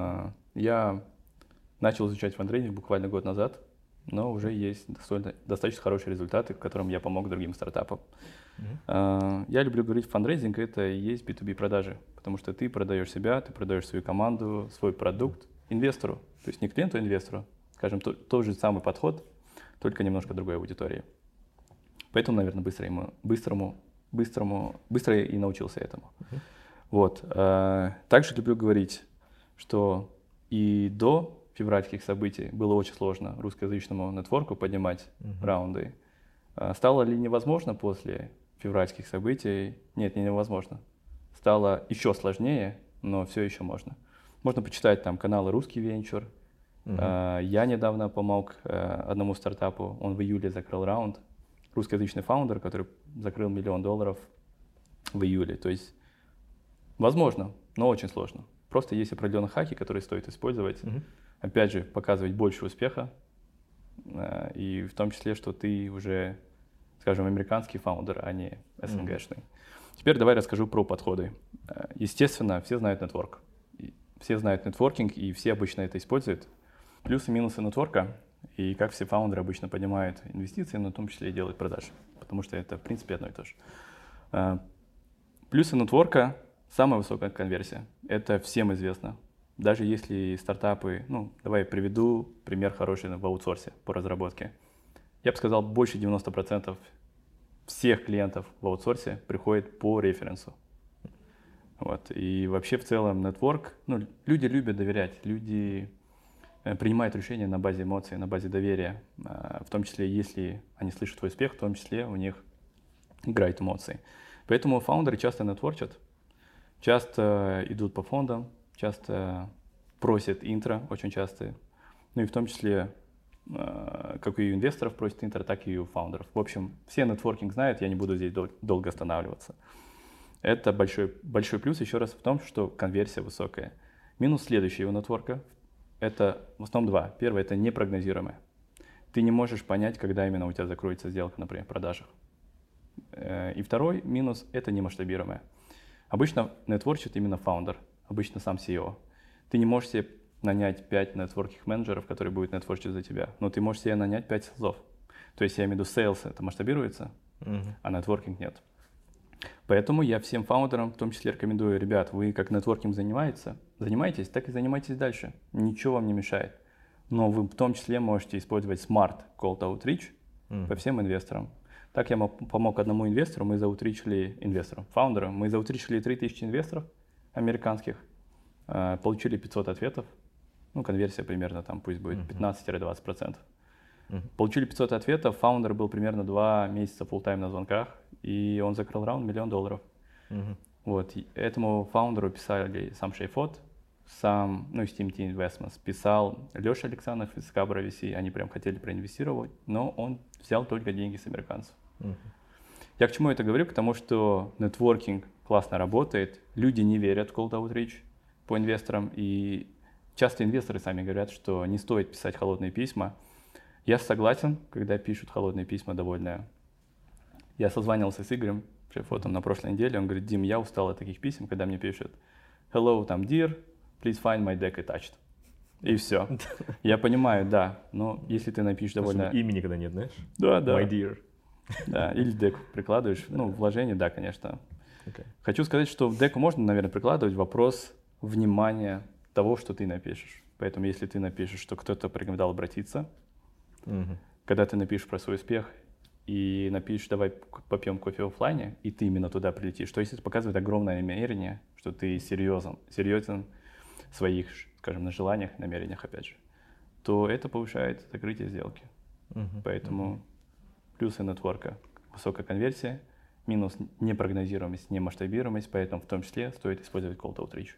Я начал изучать фандрейзинг буквально год назад, но уже есть достаточно хорошие результаты, которым я помог другим стартапам. Mm-hmm. Я люблю говорить, фандрейзинг — это и есть би ту би продажи, потому что ты продаешь себя, ты продаешь свою команду, свой продукт инвестору. То есть не клиенту, а инвестору. Скажем, то, тот же самый подход, только немножко другой аудитории. Поэтому, наверное, быстро ему, быстрому, быстрому, быстро и научился этому. Mm-hmm. Вот. Также люблю говорить, что и до февральских событий было очень сложно русскоязычному нетворку поднимать uh-huh. раунды. Стало ли невозможно после февральских событий? Нет, не невозможно. Стало еще сложнее, но все еще можно. Можно почитать там каналы «Русский венчур». Uh-huh. Я недавно помог одному стартапу, он в июле закрыл раунд. Русскоязычный фаундер, который закрыл миллион долларов в июле. То есть возможно, но очень сложно. Просто есть определенные хаки, которые стоит использовать. Uh-huh. Опять же, показывать больше успеха. И в том числе, что ты уже, скажем, американский фаундер, а не эс эн гэ-шный. Uh-huh. Теперь давай расскажу про подходы. Естественно, все знают нетворк. Все знают нетворкинг, и все обычно это используют. Плюсы и минусы нетворка, и как все фаундеры обычно поднимают инвестиции, но в том числе и делают продажи. Потому что это, в принципе, одно и то же. Плюсы нетворка — самая высокая конверсия. Это всем известно. даже если стартапы, ну, давай приведу пример хороший в аутсорсе по разработке. Я бы сказал, больше девяноста процентов всех клиентов в аутсорсе приходит по референсу. Вот. И вообще в целом нетворк, ну, люди любят доверять, люди принимают решения на базе эмоций, на базе доверия, в том числе, если они слышат твой успех, в том числе у них играют эмоции. Поэтому фаундеры часто нетворчат, часто идут по фондам, часто просят интро, очень часто, ну и в том числе как и у инвесторов просят интро, так и у фаундеров. В общем, все нетворкинг знают, я не буду здесь дол- долго останавливаться. Это большой, большой плюс еще раз в том, что конверсия высокая. Минус следующий у нетворка – это в основном два. Первое – это непрогнозируемое. Ты не можешь понять, когда именно у тебя закроется сделка, например, в продажах. И второй минус – это немасштабируемое. Обычно нетворчит именно фаундер, обычно сам си и о. Ты не можешь себе нанять пять нетворкинг менеджеров, которые будут нетворчить за тебя, но ты можешь себе нанять пять сейлзов. То есть я имею в виду, сейлс это масштабируется, uh-huh. а нетворкинг нет. Поэтому я всем фаундерам в том числе рекомендую, ребят, вы как нетворкинг занимаетесь, занимаетесь, так и занимайтесь дальше. Ничего вам не мешает. Но вы в том числе можете использовать Smart Cold Outreach uh-huh. по всем инвесторам. Так я помог одному инвестору, мы заутричили инвестору, фаундеру, мы заутричили три тысячи инвесторов американских, получили пятьсот ответов. Ну, конверсия примерно там пусть будет пятнадцать-двадцать процентов. Uh-huh. Получили пятьсот ответов, фаундер был примерно два месяца фулл-тайм на звонках, и он закрыл раунд миллион долларов. Uh-huh. Вот, и этому фаундеру писали сам Шейфот, сам, ну, из Team T Investments, писал Леша Александров из Кабра ви си, они прям хотели проинвестировать, но он взял только деньги с американцев. Uh-huh. Я к чему это говорю? К тому, что нетворкинг классно работает, люди не верят в cold outreach по инвесторам, и часто инвесторы сами говорят, что не стоит писать холодные письма. Я согласен, когда пишут холодные письма довольно. Я созванивался с Игорем Шейфотом на прошлой неделе, он говорит: Дим, я устал от таких писем, когда мне пишут hello, там, dear, please find my deck attached. И все. Я понимаю, да, но если ты напишешь довольно... Имени никогда нет, знаешь? Да, да. My dear. Да, или дек прикладываешь, ну, вложение, да, конечно. Okay. Хочу сказать, что в деку можно, наверное, прикладывать вопрос внимания того, что ты напишешь. Поэтому если ты напишешь, что кто-то порекомендовал обратиться, uh-huh. когда ты напишешь про свой успех и напишешь, давай попьем кофе в офлайне, и ты именно туда прилетишь, то есть это показывает огромное намерение, что ты серьезен, серьезен в своих, скажем, на желаниях, намерениях, опять же, то это повышает закрытие сделки. Uh-huh. Поэтому uh-huh. плюсы нетворка – высокая конверсия, минус непрогнозируемость, немасштабируемость, поэтому в том числе стоит использовать cold outreach.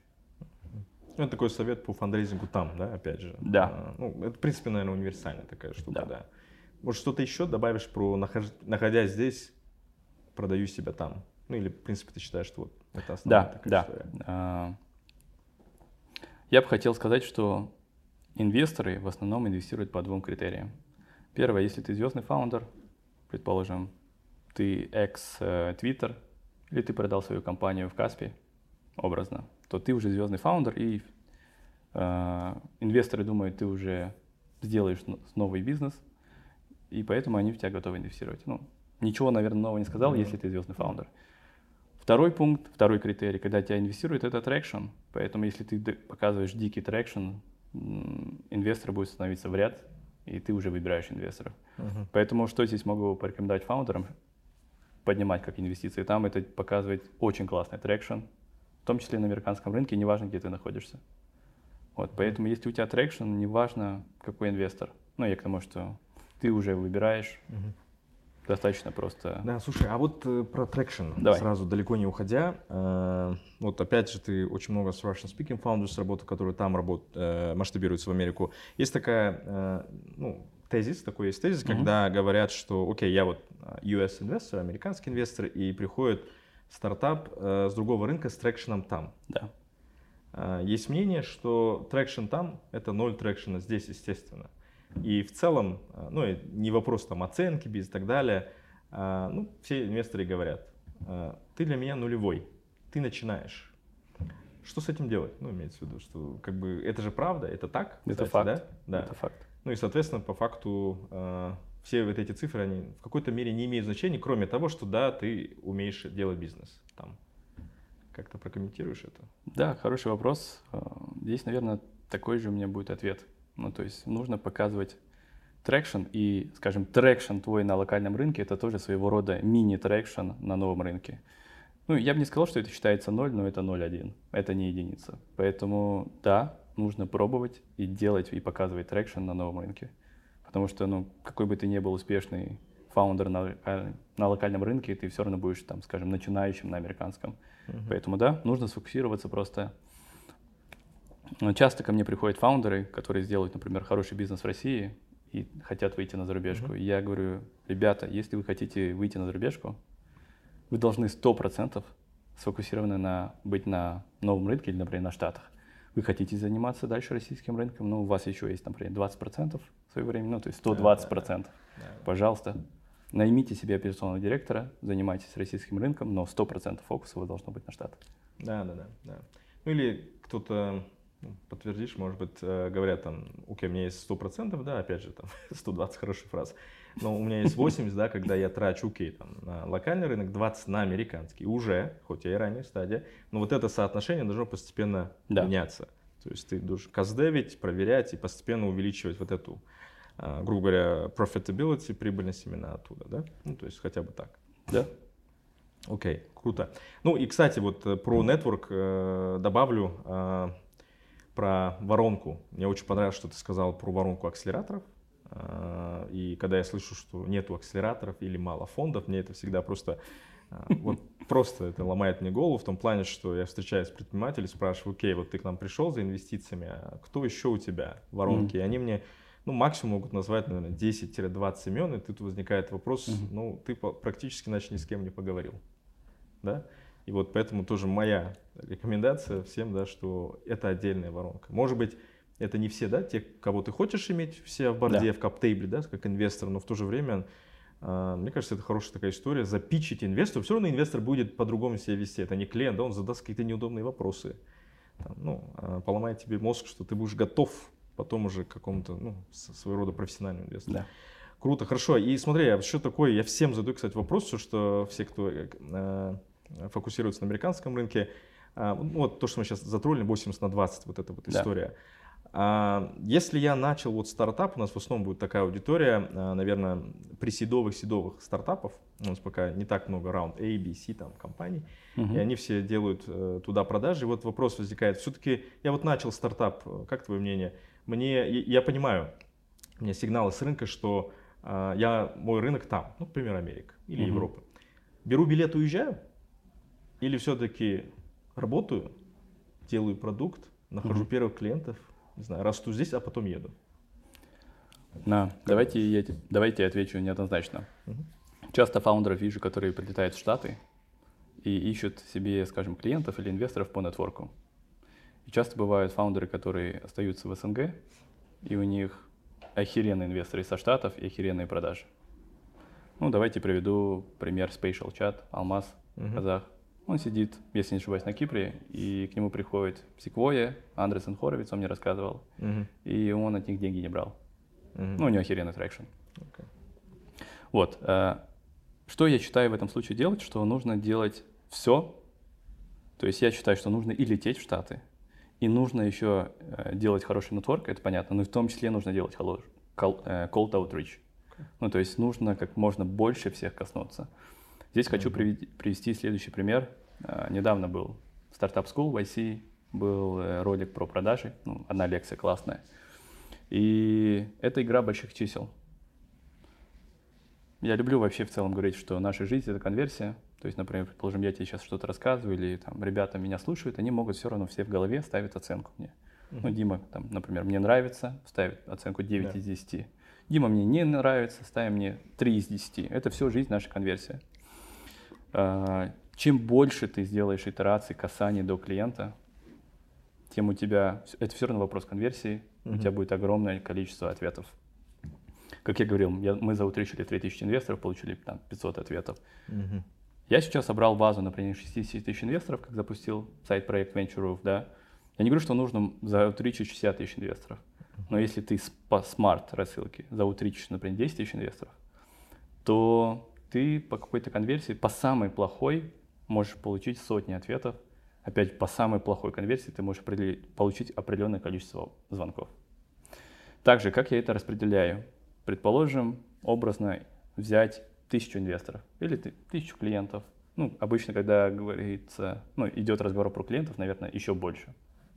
Ну, это такой совет по фандрейзингу там, да, опять же. Да. А, ну, это, в принципе, наверное, универсальная такая штука, да. да. Может, что-то еще добавишь про, нахож... находясь здесь, продаю себя там? Ну, или, в принципе, ты считаешь, что вот это основная да, такая да. история? А, я бы хотел сказать, что инвесторы в основном инвестируют по двум критериям. Первое, если ты звездный фаундер, предположим, ты экс-твиттер, или ты продал свою компанию в Каспи, образно, то ты уже звездный фаундер, и э, инвесторы думают, ты уже сделаешь новый бизнес, и поэтому они в тебя готовы инвестировать. Ну, ничего, наверное, нового не сказал, mm-hmm. если ты звездный фаундер. Второй пункт, второй критерий, когда тебя инвестируют, это трекшн. Поэтому если ты показываешь дикий трекшн, инвестор будет становиться в ряд, и ты уже выбираешь инвесторов. Uh-huh. Поэтому что здесь могу порекомендовать фаундерам? Поднимать как инвестиции там, это показывает очень классный трекшн, в том числе на американском рынке, неважно, где ты находишься. Вот, поэтому uh-huh. если у тебя трекшн, неважно, какой инвестор. Ну, я к тому, что ты уже выбираешь, uh-huh. достаточно просто. Да, слушай, а вот э, про трекшн, сразу далеко не уходя, э, вот опять же ты очень много с Russian Speaking Founders работал, которые там работ, э, масштабируются в Америку. Есть такая, э, ну, тезис, такой есть тезис, mm-hmm. когда говорят, что, окей, я вот ю эс инвестор, американский инвестор, и приходит стартап э, с другого рынка с трекшеном там. Да. Э, есть мнение, что трекшн там — это ноль трекшена здесь, естественно. И в целом, ну, не вопрос там оценки, бизнес и так далее, ну, все инвесторы говорят: ты для меня нулевой, ты начинаешь. Что с этим делать? Ну, имеется в виду, что как бы это же правда, это так? Это кстати, факт. Да? Да. Это факт. Ну и, соответственно, по факту все вот эти цифры, они в какой-то мере не имеют значения, кроме того, что да, ты умеешь делать бизнес там. Как-то прокомментируешь это? Да, хороший вопрос. Здесь, наверное, такой же у меня будет ответ. Ну, то есть нужно показывать трекшн, и, скажем, трекшн твой на локальном рынке — это тоже своего рода мини-трекшн на новом рынке. Ну, я бы не сказал, что это считается ноль, но это ноль один, это не единица. Поэтому, да, нужно пробовать и делать, и показывать трекшн на новом рынке. Потому что, ну, какой бы ты ни был успешный фаундер на, на локальном рынке, ты все равно будешь, там, скажем, начинающим на американском. Uh-huh. Поэтому, да, нужно сфокусироваться просто. Часто ко мне приходят фаундеры, которые сделают, например, хороший бизнес в России и хотят выйти на зарубежку. Uh-huh. И я говорю: ребята, если вы хотите выйти на зарубежку, вы должны сто процентов сфокусированы на быть на новом рынке или, например, на Штатах. Вы хотите заниматься дальше российским рынком, но у вас еще есть, например, двадцать процентов своего времени, ну, то есть сто двадцать процентов. Да, да, да. Пожалуйста, наймите себе операционного директора, занимайтесь российским рынком, но сто процентов фокуса у вас должно быть на Штатах. Да, да, да, да. Ну или кто-то, подтвердишь, может быть, говорят там: окей, у меня есть сто процентов, да, опять же, там сто двадцать хорошая фраза, но у меня есть восемьдесят, да, когда я трачу, окей, там, на локальный рынок, двадцать на американский, уже, хоть я и ранняя стадия, но вот это соотношение должно постепенно да. меняться. То есть ты должен каздевить, проверять и постепенно увеличивать вот эту, грубо говоря, profitability, прибыльность именно оттуда, да? Ну, то есть хотя бы так. Да. Окей, okay, круто. Ну и, кстати, вот про network э, добавлю э, про воронку. Мне очень понравилось, что ты сказал про воронку акселераторов. Э, и когда я слышу, что нету акселераторов или мало фондов, мне это всегда просто, э, вот просто это ломает мне голову в том плане, что я встречаюсь с предпринимателями, спрашиваю: окей, вот ты к нам пришел за инвестициями, а кто еще у тебя в воронке? Mm-hmm. И они мне, ну, максимум могут назвать, наверное, десять-двадцать имен, и тут возникает вопрос: mm-hmm. ну, ты практически, иначе, ни с кем не поговорил. Да? И вот поэтому тоже моя рекомендация всем, да, что это отдельная воронка. Может быть, это не все, да, те, кого ты хочешь иметь, все в борде, да. в каптейбле, да, как инвестор, но в то же время, э, мне кажется, это хорошая такая история, запичить инвестору. Все равно инвестор будет по-другому себя вести. Это не клиент, да, он задаст какие-то неудобные вопросы, там, ну, э, поломает тебе мозг, что ты будешь готов потом уже к какому-то, ну, своего рода профессиональному инвестору. Да. Круто, хорошо. И смотри, а что такое, я всем задаю, кстати, вопрос, все, что все, кто э, фокусируется на американском рынке, э, вот то, что мы сейчас затронули, восемьдесят на двадцать, вот эта вот да. история. А, если я начал вот стартап, у нас в основном будет такая аудитория, э, наверное, пресидовых, седовых стартапов, у нас пока не так много раунд A, B, C там компаний, uh-huh. и они все делают э, туда продажи. И вот вопрос возникает, все-таки я вот начал стартап, как твое мнение? Мне, я понимаю, у меня сигналы с рынка, что я, мой рынок там, ну, например, Америка или uh-huh. Европа. Беру билет, уезжаю? Или все-таки работаю, делаю продукт, нахожу uh-huh. первых клиентов, не знаю, расту здесь, а потом еду? На, давайте, я, давайте я отвечу неоднозначно. Uh-huh. Часто фаундеров вижу, которые прилетают в Штаты и ищут себе, скажем, клиентов или инвесторов по нетворку. И часто бывают фаундеры, которые остаются в СНГ, и у них охеренные инвесторы со Штатов и охеренные продажи. Ну, давайте приведу пример Spatial Chat, Алмаз, uh-huh. казах. Он сидит, если не ошибаюсь, на Кипре, и к нему приходит Sequoia, Андресен Хоровиц, он мне рассказывал, uh-huh. и он от них деньги не брал. Uh-huh. Ну, у него охеренный трекшн. Okay. Вот. Что я считаю в этом случае делать? Что нужно делать все. То есть я считаю, что нужно и лететь в Штаты, и нужно еще э, делать хороший нетворк, это понятно, но в том числе нужно делать call, call, э, cold outreach. Okay. Ну, то есть нужно как можно больше всех коснуться. Здесь mm-hmm. хочу приведи, привести следующий пример. Э, недавно был Startup School в ай си, был э, ролик про продажи, ну, одна лекция классная. И это игра больших чисел. Я люблю вообще в целом говорить, что наша жизнь — это конверсия. То есть, например, предположим, я тебе сейчас что-то рассказываю, или там ребята меня слушают, они могут все равно все в голове ставить оценку мне. Uh-huh. Ну, Дима, там, например, мне нравится, ставит оценку девять yeah. из десяти. Дима, мне не нравится, ставим мне три из десяти. Это все жизнь, наша конверсия. А, чем больше ты сделаешь итераций, касаний до клиента, тем у тебя, это все равно вопрос конверсии, uh-huh. у тебя будет огромное количество ответов. Как я говорил, я, мы заутричили три тысячи инвесторов, получили там пятьсот ответов. Uh-huh. Я сейчас собрал базу, например, шестьдесят тысяч инвесторов, как запустил сайт-проект VentureRoof, да. Я не говорю, что нужно заутричить шестьдесят тысяч инвесторов, но если ты по смарт-рассылке заутричишь, например, десять тысяч инвесторов, то ты по какой-то конверсии, по самой плохой, можешь получить сотни ответов Опять по самой плохой конверсии ты можешь получить определенное количество звонков. Также, как я это распределяю? Предположим, образно взять тысячу инвесторов или тысячу клиентов. Ну, обычно, когда говорится, ну, идет разговор про клиентов, наверное, еще больше.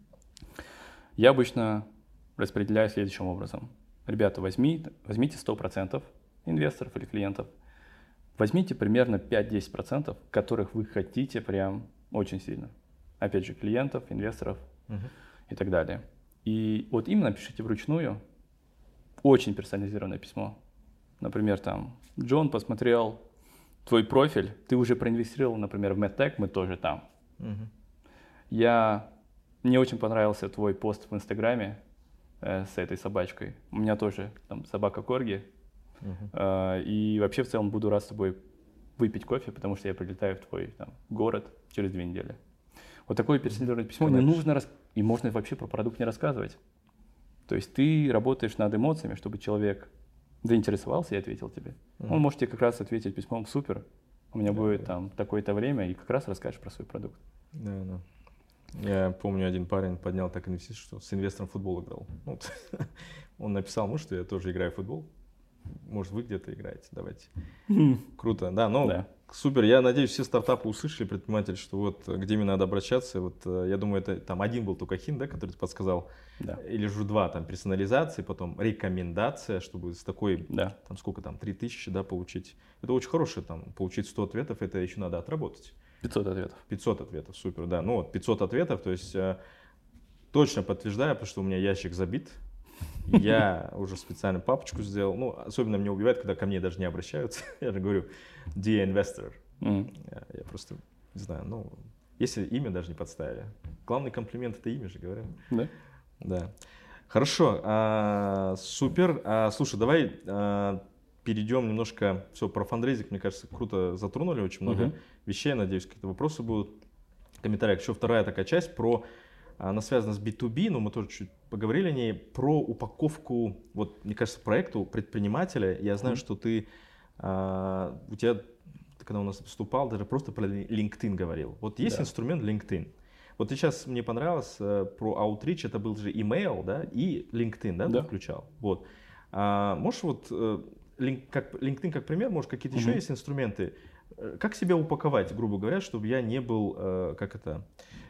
Я обычно распределяю следующим образом. Ребята, возьми, возьмите сто процентов инвесторов или клиентов. Возьмите примерно пять-десять процентов, которых вы хотите прям очень сильно. Опять же, клиентов, инвесторов uh-huh. и так далее. И вот именно пишите вручную очень персонализированное письмо. Например, там, Джон посмотрел твой профиль, ты уже проинвестировал, например, в MedTech, мы тоже там. Uh-huh. Я, мне очень понравился твой пост в Инстаграме э, с этой собачкой. У меня тоже там собака Корги. Uh-huh. Э, и вообще в целом буду рад с тобой выпить кофе, потому что я прилетаю в твой там, город через две недели. Вот такое персонализированное письмо Конечно. не нужно, рас... и можно вообще про продукт не рассказывать. То есть ты работаешь над эмоциями, чтобы человек заинтересовался и ответил тебе. Mm. Он может тебе как раз ответить письмом: супер, у меня yeah, будет yeah. там такое-то время, и как раз расскажешь про свой продукт. Да, да. Я помню, один парень поднял так инвестиции, что с инвестором в футбол играл. Ну, он написал, ну что я тоже играю в футбол. Может, вы где-то играете, давайте. Mm. Круто, да, ну да. Супер. Я надеюсь, все стартапы услышали, предприниматели, что вот где мне надо обращаться. Вот я думаю, это там один был только Хин, да, который ты подсказал. Да. Или же два, там персонализация, потом рекомендация, чтобы с такой, да. там сколько там, три тысячи, да, получить. Это очень хорошее, там, получить сто ответов, это еще надо отработать. пятьсот ответов. пятьсот ответов, супер, да. Ну вот пятьсот ответов, то есть э, точно подтверждаю, потому что у меня ящик забит. Я уже специально папочку сделал. Ну, особенно меня убивает, когда ко мне даже не обращаются. Я же говорю, dear investor. Mm. Я, я просто не знаю, ну, если имя даже не подставили. Главный комплимент — это имя же, говорю. Да? Да. Хорошо, а, супер. А, слушай, давай а, перейдем немножко, все, про фандрейзинг, мне кажется, круто затронули, очень много uh-huh. вещей, надеюсь, какие-то вопросы будут в комментариях. Еще вторая такая часть про... Она связана с би ту би, но мы тоже чуть поговорили о ней, про упаковку, вот, мне кажется, проекту предпринимателя. Я знаю, mm-hmm. что ты, а, у тебя, ты когда у нас выступал, даже просто про LinkedIn говорил. Вот есть да. инструмент LinkedIn. Вот сейчас мне понравилось э, про Outreach, это был же email, да, и LinkedIn, да, да. ты включал. Вот. А, можешь вот, э, link, как, LinkedIn как пример, может, какие-то mm-hmm. еще есть инструменты? Как себя упаковать, грубо говоря, чтобы я не был, э, как это...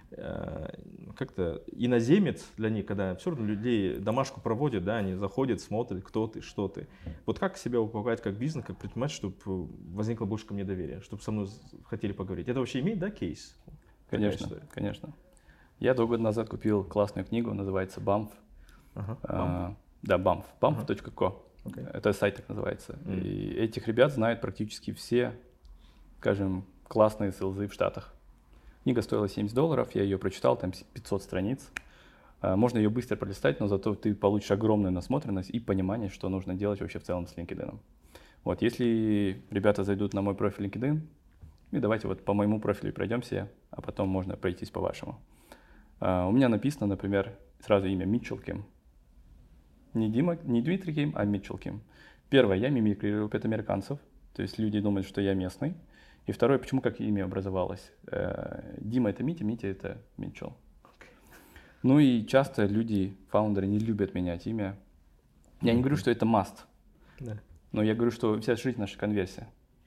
как-то иноземец для них, когда все равно людей домашку проводят, да, они заходят, смотрят, кто ты, что ты. Вот как себя упаковать как бизнес, как предприниматель, чтобы возникло больше ко мне доверия, чтобы со мной хотели поговорить. Это вообще имеет, да, кейс? Конечно, конечно. Я два года назад купил классную книгу, называется бамф. Ага, а, да, бамф. бамф точка ко. Ага. Okay. Это сайт так называется. Mm. И этих ребят знают практически все, скажем, классные селзы в Штатах. Книга стоила семьдесят долларов, я ее прочитал, там пятьсот страниц. Можно ее быстро пролистать, но зато ты получишь огромную насмотренность и понимание, что нужно делать вообще в целом с LinkedIn. Вот, если ребята зайдут на мой профиль LinkedIn, и давайте вот по моему профилю пройдемся, а потом можно пройтись по вашему. У меня написано, например, сразу имя Митчелл Ким. Не, Дима, не Дмитрий Ким, а Митчелл Ким. Первое, я мимикрирую под американцев, то есть люди думают, что я местный. И второе, почему как имя образовалось. Дима — это Митя, Митя — это Митчелл. Okay. Ну и часто люди, фаундеры, не любят менять имя. Я mm-hmm. не говорю, что это must, yeah. но я говорю, что вся жизнь — наша конверсия.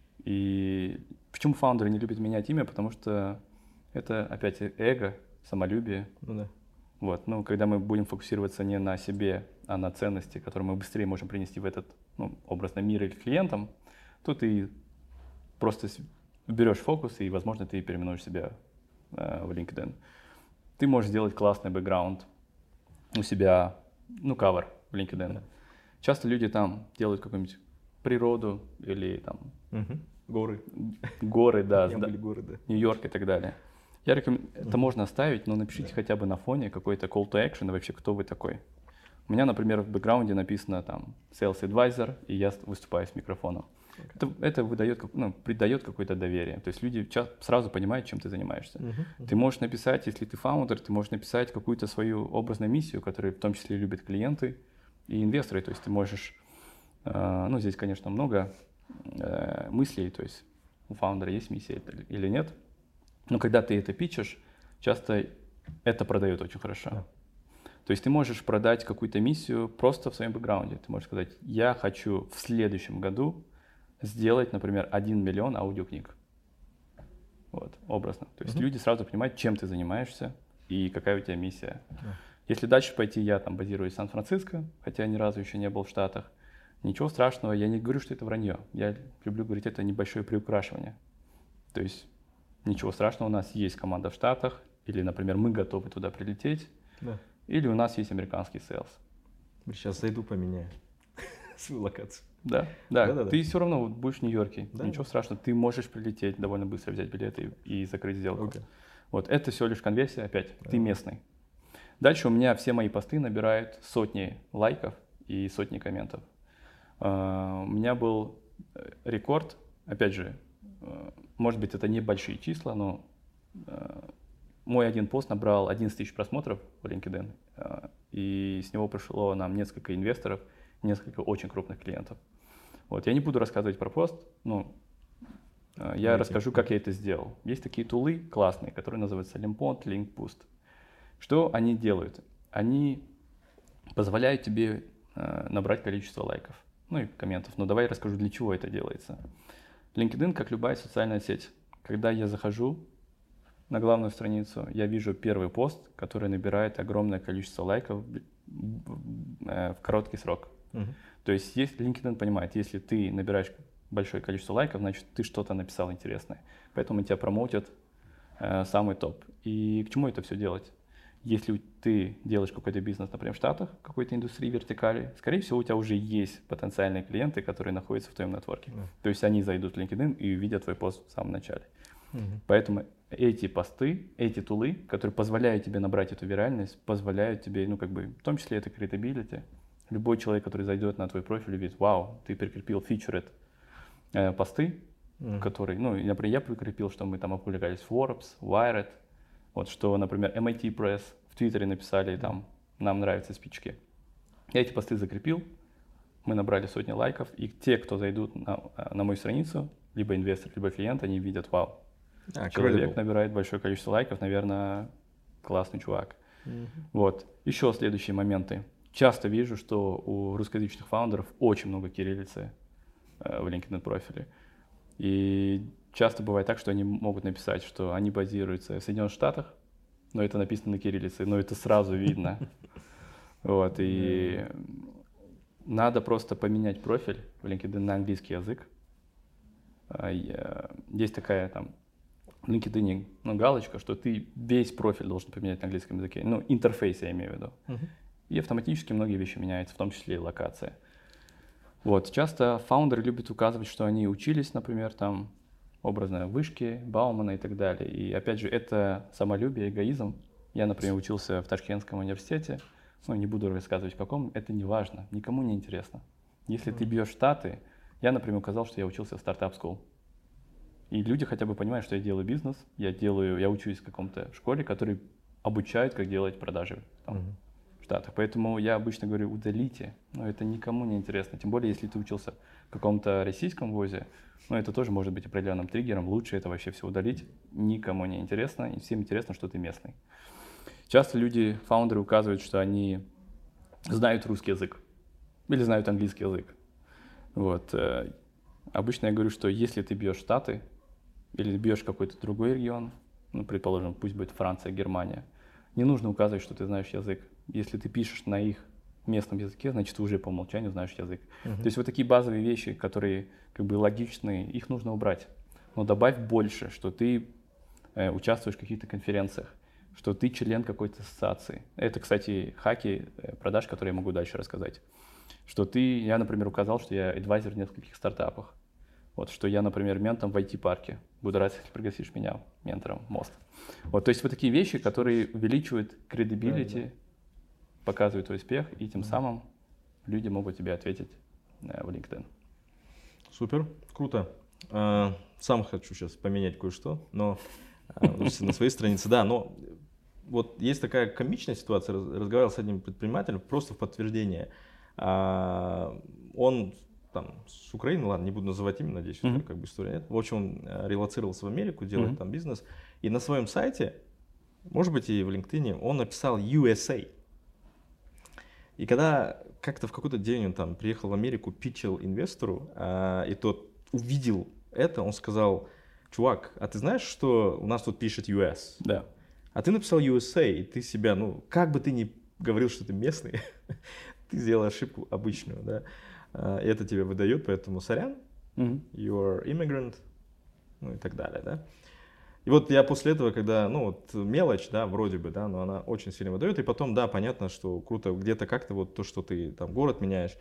И почему фаундеры не любят менять имя? Потому что это опять эго, самолюбие. Ну, да. Вот. Ну, когда мы будем фокусироваться не на себе, а на ценности, которые мы быстрее можем принести в этот, ну, образно, мир или клиентам, то ты просто берешь фокус, и, возможно, ты переименуешь себя э, в LinkedIn. Ты можешь сделать классный бэкграунд у себя, ну, кавер в LinkedIn. Да. Часто люди там делают какую-нибудь природу или там... Угу. Горы. Горы, да. да. Были горы, да. Нью-Йорк и так далее. Я рекомендую, угу. это можно оставить, но напишите да. хотя бы на фоне какой-то call to action, вообще, кто вы такой. У меня, например, в бэкграунде написано там Sales Advisor, и я выступаю с микрофоном. Okay. Это, это выдает, ну, придает какое-то доверие. То есть люди сразу понимают, чем ты занимаешься. Uh-huh, uh-huh. Ты можешь написать, если ты фаундер, ты можешь написать какую-то свою образную миссию, которую в том числе любят клиенты и инвесторы. То есть ты можешь, э, ну здесь, конечно, много э, мыслей, то есть у фаундера есть миссия или нет. Но когда ты это питчешь, часто это продает очень хорошо. Да. То есть ты можешь продать какую-то миссию просто в своем бэкграунде. Ты можешь сказать, я хочу в следующем году сделать, например, один миллион аудиокниг. Вот, образно. То есть uh-huh. люди сразу понимают, чем ты занимаешься и какая у тебя миссия. Uh-huh. Если дальше пойти, я там базируюсь в Сан-Франциско, хотя ни разу еще не был в Штатах. Ничего страшного, я не говорю, что это вранье. Я люблю говорить, это небольшое приукрашивание. То есть ничего страшного, у нас есть команда в Штатах, или, например, мы готовы туда прилететь, да. или у нас есть американский сейлс. Сейчас зайду, поменяю свою локацию. Да, да, да, да ты да. все равно будешь в Нью-Йорке, да, ничего да. страшного, ты можешь прилететь, довольно быстро взять билеты и, и закрыть сделку. Okay. Вот, это всего лишь конверсия, опять, да. ты местный. Дальше у меня все мои посты набирают сотни лайков и сотни комментов. Uh, у меня был рекорд, опять же, uh, может быть, это небольшие числа, но uh, мой один пост набрал одиннадцать тысяч просмотров в LinkedIn, uh, и с него пришло нам несколько инвесторов, несколько очень крупных клиентов. Вот, я не буду рассказывать про пост, но uh, я Знаете, расскажу, как я это сделал. Есть такие тулы классные, которые называются Limpond, LinkBoost. Что они делают? Они позволяют тебе uh, набрать количество лайков. Ну и комментов. Но давай я расскажу, для чего это делается. LinkedIn, как любая социальная сеть. Когда я захожу на главную страницу, я вижу первый пост, который набирает огромное количество лайков в короткий срок. Uh-huh. То есть если LinkedIn понимает, если ты набираешь большое количество лайков, значит ты что-то написал интересное. Поэтому тебя промоутят э, самый топ. И к чему это все делать? Если ты делаешь какой-то бизнес, например, в Штатах, в какой-то индустрии, вертикали, скорее всего, у тебя уже есть потенциальные клиенты, которые находятся в твоем нетворке. Yeah. То есть они зайдут в LinkedIn и увидят твой пост в самом начале. Uh-huh. Поэтому эти посты, эти тулы, которые позволяют тебе набрать эту виральность, позволяют тебе, ну как бы, в том числе это credibility. Любой человек, который зайдет на твой профиль, видит, вау, ты прикрепил featured э, посты, uh-huh. которые, ну, например, я прикрепил, что мы там опубликовались в Forbes, Wired. Вот что, например, эм ай ти Press в Твиттере написали, там, нам нравятся спички. Я эти посты закрепил, мы набрали сотни лайков, и те, кто зайдут на, на мою страницу, либо инвестор, либо клиент, они видят, вау, а, человек credible. Набирает большое количество лайков, наверное, классный чувак. Mm-hmm. Вот. Еще следующие моменты. Часто вижу, что у русскоязычных фаундеров очень много кириллицы э, в LinkedIn профиле. И часто бывает так, что они могут написать, что они базируются в Соединенных Штатах, но это написано на кириллице, но это сразу видно. Вот, и надо просто поменять профиль в LinkedIn на английский язык. Есть такая там в LinkedIn, ну, галочка, что ты весь профиль должен поменять на английском языке, ну, интерфейс я имею в виду. И автоматически многие вещи меняются, в том числе и локация. Вот, часто фаундеры любят указывать, что они учились, например, там, образно, в вышке, Баумана и так далее. И опять же, это самолюбие, эгоизм. Я, например, учился в Ташкентском университете, ну, не буду рассказывать в каком, это не важно, никому не интересно. Если mm-hmm. ты бьешь Штаты, я, например, указал, что я учился в стартап-скул. И люди хотя бы понимают, что я делаю бизнес, я делаю, я учусь в каком-то школе, который обучает, как делать продажи там, mm-hmm. в Штатах. Поэтому я обычно говорю, удалите, но это никому не интересно. Тем более, если ты учился в каком-то российском вузе, ну, это тоже может быть определенным триггером. Лучше это вообще все удалить. Никому не интересно, и всем интересно, что ты местный. Часто люди, фаундеры, указывают, что они знают русский язык или знают английский язык. Вот. Обычно я говорю, что если ты бьешь Штаты или бьешь какой-то другой регион, ну, предположим, пусть будет Франция, Германия, не нужно указывать, что ты знаешь язык. Если ты пишешь на их местном языке, значит, ты уже по умолчанию знаешь язык. Uh-huh. То есть вот такие базовые вещи, которые как бы логичные, их нужно убрать. Но добавь больше, что ты э, участвуешь в каких-то конференциях, что ты член какой-то ассоциации. Это, кстати, хаки э, продаж, которые я могу дальше рассказать. Что ты, я, например, указал, что я адвайзер в нескольких стартапах. Вот, что я, например, ментом в ай ти-парке. Буду рад, если пригласишь меня ментором Мост. Вот, то есть вот такие вещи, которые увеличивают credibility, да, да. показывают твой успех, и тем самым люди могут тебе ответить э, в LinkedIn. Супер, круто. А, сам хочу сейчас поменять кое-что, но а, на своей странице, да, но вот есть такая комичная ситуация, разговаривал с одним предпринимателем, просто в подтверждение. А, он там с Украины, ладно, не буду называть имя, надеюсь, mm-hmm. это как бы история нет. В общем, он релоцировался в Америку, делает mm-hmm. там бизнес, и на своем сайте может быть и в LinkedIn, он написал ю эс эй. И когда как-то в какой-то день он там приехал в Америку, питчил инвестору, а, и тот увидел это, он сказал: чувак, а ты знаешь, что у нас тут пишет ю эс? Да. А ты написал ю эс эй, и ты себя, ну, как бы ты ни говорил, что ты местный, ты сделал ошибку обычную, да, а, и это тебе выдает, поэтому сорян, Мгм. you're immigrant, ну и так далее, да. И вот я после этого, когда, ну вот мелочь, да, вроде бы, да, но она очень сильно выдает, и потом, да, понятно, что круто, где-то как-то вот то, что ты там город меняешь,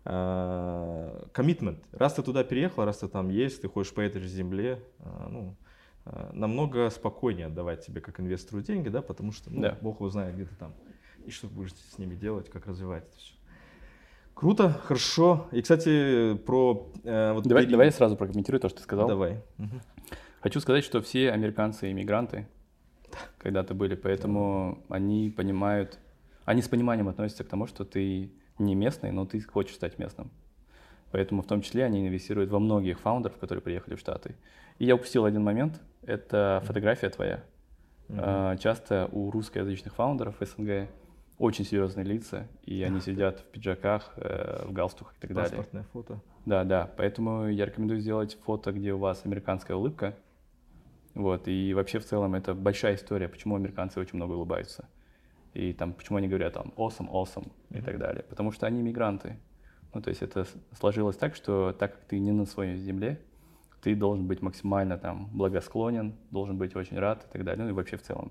коммитмент, раз ты туда переехал, раз ты там есть, ты ходишь по этой же земле, а, ну, а, намного спокойнее отдавать тебе как инвестору деньги, да, потому что, ну, Да. Бог его знает, где ты там, и что будешь с ними делать, как развивать это все. Круто, хорошо. И, кстати, про... э, вот Давай, период- давай я сразу прокомментирую то, что ты сказал. Давай. Мгм. Хочу сказать, что все американцы иммигранты когда-то были, поэтому они понимают, они с пониманием относятся к тому, что ты не местный, но ты хочешь стать местным. Поэтому в том числе они инвестируют во многих фаундеров, которые приехали в Штаты. И я упустил один момент, это фотография твоя. Мгм. А, Часто у русскоязычных фаундеров в СНГ очень серьезные лица, и они сидят в пиджаках, э, в галстуках и так далее. Паспортное фото. Да, да, поэтому я рекомендую сделать фото, где у вас американская улыбка. Вот, и вообще в целом это большая история, почему американцы очень много улыбаются. И там, почему они говорят там awesome, awesome и так далее. Потому что они мигранты. Ну, то есть это с- сложилось так, что так как ты не на своей земле, ты должен быть максимально там благосклонен, должен быть очень рад и так далее. Ну и вообще в целом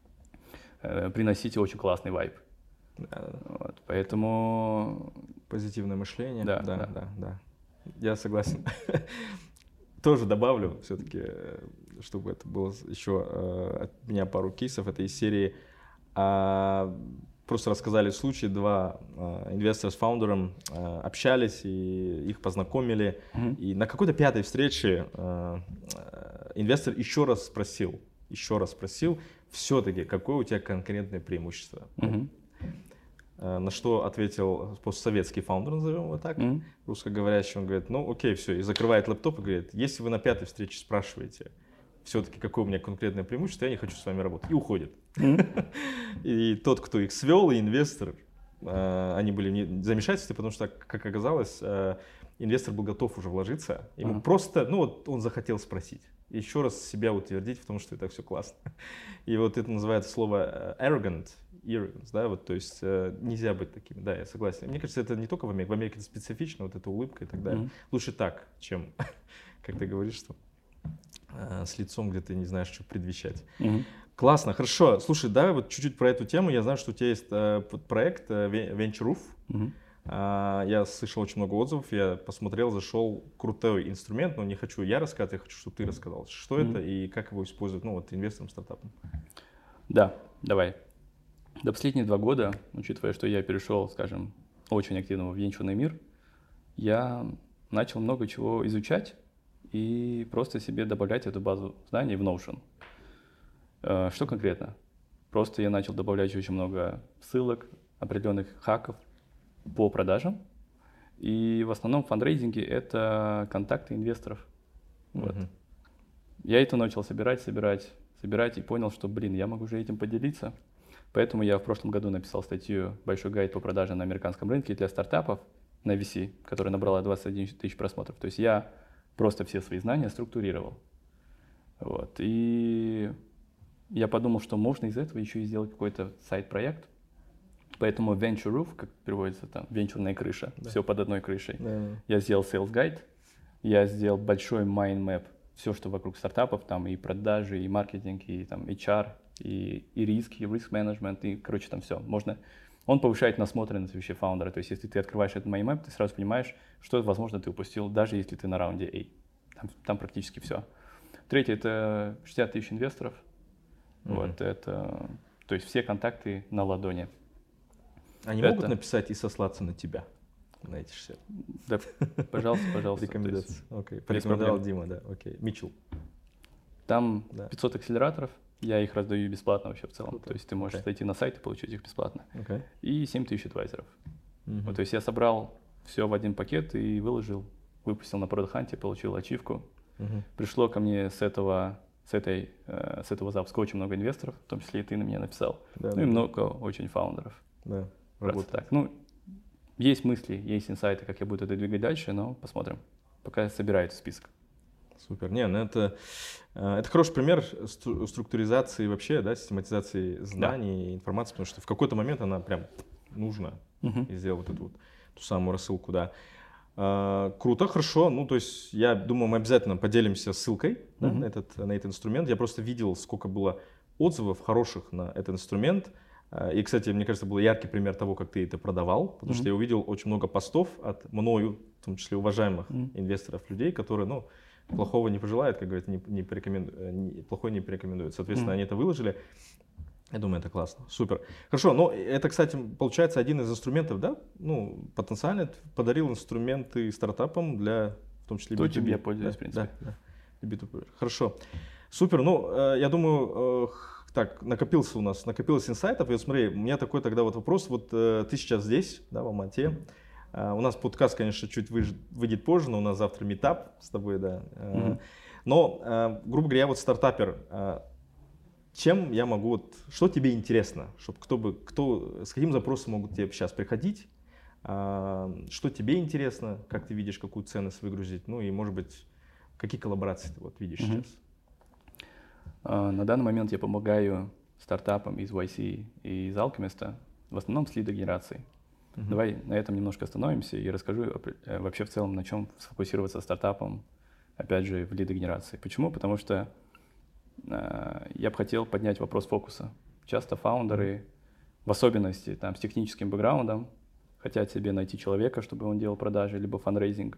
э, приносить очень классный вайб. Да, Вот, поэтому позитивное мышление. Да, да, да. да, да. Я согласен. Тоже добавлю все-таки, чтобы это было еще э, от меня пару кейсов этой серии. А, Просто рассказали случай, два э, инвестора с фаундером э, общались и их познакомили. Мгм. И на какой-то пятой встрече э, э, инвестор еще раз спросил, еще раз спросил, все-таки какое у тебя конкурентное преимущество? Мгм. Э, На что ответил постсоветский фаундер, назовем его так, Мгм. русскоговорящий. Он говорит: ну окей, все, и закрывает лэптоп и говорит: если вы на пятой встрече спрашиваете, все-таки какое у меня конкретное преимущество, я не хочу с вами работать. И уходит. Мгм. И тот, кто их свел, и инвестор, э, они были в замешательстве, потому что, как оказалось, э, инвестор был готов уже вложиться. Ему Ага. просто, ну вот он захотел спросить. Еще раз себя утвердить в том, что это все классно. И вот это называется слово э, arrogant, arrogance, да, вот, то есть э, нельзя быть таким, да, я согласен. Мне кажется, это не только в Америке, в Америке это специфично, вот эта улыбка и так далее. Мгм. Лучше так, чем, как ты говоришь, что э, с лицом, где ты не знаешь, что предвещать. Мгм. Классно, хорошо. Слушай, давай вот чуть-чуть про эту тему. Я знаю, что у тебя есть э, п- проект э, Ve- Venture Roof. Мгм. А, Я слышал очень много отзывов, я посмотрел, зашел, крутой инструмент, но не хочу я рассказать, я хочу, чтобы ты рассказал, что Мгм. это и как его используют, ну вот инвесторам, стартапам. Да, давай. До последние два года, учитывая, что я перешел, скажем, очень активно в венчурный мир, я начал много чего изучать и просто себе добавлять эту базу знаний в Notion. Э, Что конкретно? Просто я начал добавлять очень много ссылок, определенных хаков по продажам. И в основном в фандрейзинге это контакты инвесторов. Вот. Мгм. Я это начал собирать, собирать, собирать и понял, что, блин, я могу же этим поделиться. Поэтому я в прошлом году написал статью «Большой гайд по продаже на американском рынке для стартапов» на ви си, которая набрала двадцать один тысяч просмотров. То есть я просто все свои знания структурировал. Вот. И я подумал, что можно из этого еще и сделать какой-то сайт-проект. Поэтому Venture Roof, как переводится там, венчурная крыша, Да. все под одной крышей. Да. Я сделал sales guide, я сделал большой mind map, все, что вокруг стартапов, там и продажи, и маркетинг, и там эйч ар, и, и риск, и риск менеджмент, и, короче, там все. Можно. Он повышает насмотренность вообще фаундера. То есть, если ты открываешь этот mind map, ты сразу понимаешь, что, возможно, ты упустил, даже если ты на раунде A. Там, там практически все. Третье — это шестьдесят тысяч инвесторов. Мгм. Вот это, то есть все контакты на ладони. Они Это- могут написать и сослаться на тебя, на эти шестьдесят Да, пожалуйста, пожалуйста. То есть рекомендаций. Окей, без порекомендовал проблем. Дима, да, окей. Митчелл. Там Да. пятьсот акселераторов, я их раздаю бесплатно вообще в целом. Круто. То есть ты можешь Окей. зайти на сайт и получить их бесплатно. Окей. И семь тысяч адвайзеров. Мгм. Вот, то есть я собрал все в один пакет и выложил, выпустил на Продханте, получил ачивку. Мгм. Пришло ко мне с этого с, этой, э, с этого запуска очень много инвесторов, в том числе и ты на меня написал. Да, ну да, и да. много очень фаундеров. Да, работает так. Ну, есть мысли, есть инсайты, как я буду это двигать дальше, но посмотрим. Пока собираю этот список. Супер. Не, ну это, это хороший пример стру- структуризации вообще, да, систематизации знаний, да. информации, потому что в какой-то момент она прям нужна. Угу. И сделал вот эту вот ту самую рассылку, да. А, круто, хорошо. Ну, то есть, я думаю, мы обязательно поделимся ссылкой да, угу. на, этот, на этот инструмент. Я просто видел, сколько было отзывов хороших на этот инструмент. И, кстати, мне кажется, был яркий пример того, как ты это продавал, потому mm-hmm. что я увидел очень много постов от мною, в том числе уважаемых mm-hmm. инвесторов, людей, которые, ну, плохого не пожелают, как говорят, не, не порекоменду... не, плохое не порекомендуют. Соответственно, mm-hmm. они это выложили. Я думаю, это классно. Супер. Хорошо, но это, кстати, получается один из инструментов, да? Ну, потенциально подарил инструменты стартапам для, в том числе, то, би ту би. Чем я пользуюсь, да? в принципе. Да, да. би ту би. Хорошо. Супер. Ну, я думаю... Так, накопился у нас, накопилось инсайтов. И вот смотри, у меня такой тогда вот вопрос. Вот э, ты сейчас здесь, да, в Алмате. Э, у нас подкаст, конечно, чуть выж, выйдет позже, но у нас завтра митап с тобой, да. Э, mm-hmm. Но, э, грубо говоря, я вот стартапер. Э, чем я могу, вот, что тебе интересно? Чтобы кто бы, кто, с каким запросом могут тебе сейчас приходить? Э, что тебе интересно? Как ты видишь, какую ценность выгрузить? Ну и, может быть, какие коллаборации ты вот видишь mm-hmm. сейчас? На данный момент я помогаю стартапам из вай си и из Alchemist, в основном с лидогенерацией. Uh-huh. Давай на этом немножко остановимся и расскажу вообще в целом, на чем сфокусироваться стартапом, опять же, в лидогенерации. Почему? Потому что э, я бы хотел поднять вопрос фокуса. Часто фаундеры, uh-huh. в особенности там, с техническим бэкграундом, хотят себе найти человека, чтобы он делал продажи, либо фандрейзинг.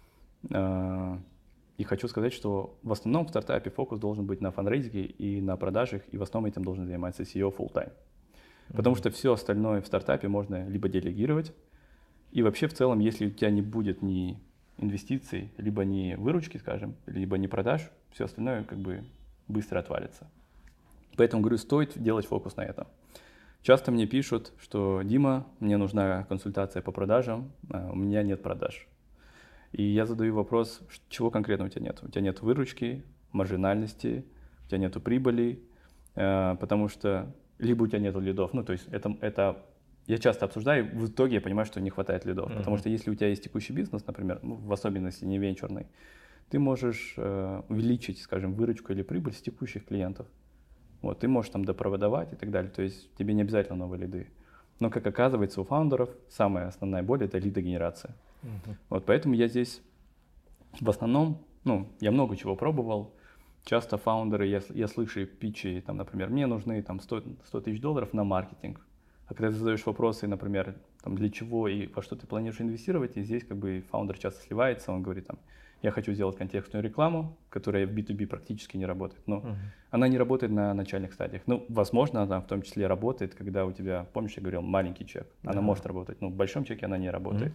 Э, И хочу сказать, что в основном в стартапе фокус должен быть на фандрейзинге и на продажах, и в основном этим должен заниматься си и о full-time. Mm-hmm. Потому что все остальное в стартапе можно либо делегировать, и вообще в целом, если у тебя не будет ни инвестиций, либо ни выручки, скажем, либо ни продаж, все остальное как бы быстро отвалится. Поэтому, говорю, стоит делать фокус на этом. Часто мне пишут, что «Дима, мне нужна консультация по продажам, а у меня нет продаж». И я задаю вопрос, чего конкретно у тебя нет? У тебя нет выручки, маржинальности, у тебя нет прибыли, э, потому что либо у тебя нет лидов, ну то есть это, это я часто обсуждаю, в итоге я понимаю, что не хватает лидов, uh-huh. потому что если у тебя есть текущий бизнес, например, ну, в особенности не венчурный, ты можешь э, увеличить, скажем, выручку или прибыль с текущих клиентов. Вот, ты можешь там допродавать и так далее, то есть тебе не обязательно новые лиды. Но, как оказывается, у фаундеров самая основная боль – это лидогенерация. Uh-huh. Вот поэтому я здесь в основном, ну, я много чего пробовал. Часто фаундеры, я, я слышу питчи, там, например, мне нужны там, сто тысяч долларов на маркетинг. А когда ты задаешь вопросы, например, там, для чего и во что ты планируешь инвестировать, и здесь как бы фаундер часто сливается, он говорит, там, я хочу сделать контекстную рекламу, которая в би ту би практически не работает. Но uh-huh. она не работает на начальных стадиях. Ну, возможно, она в том числе работает, когда у тебя, помнишь, я говорил, маленький чек. Она uh-huh. может работать, но в большом чеке она не работает.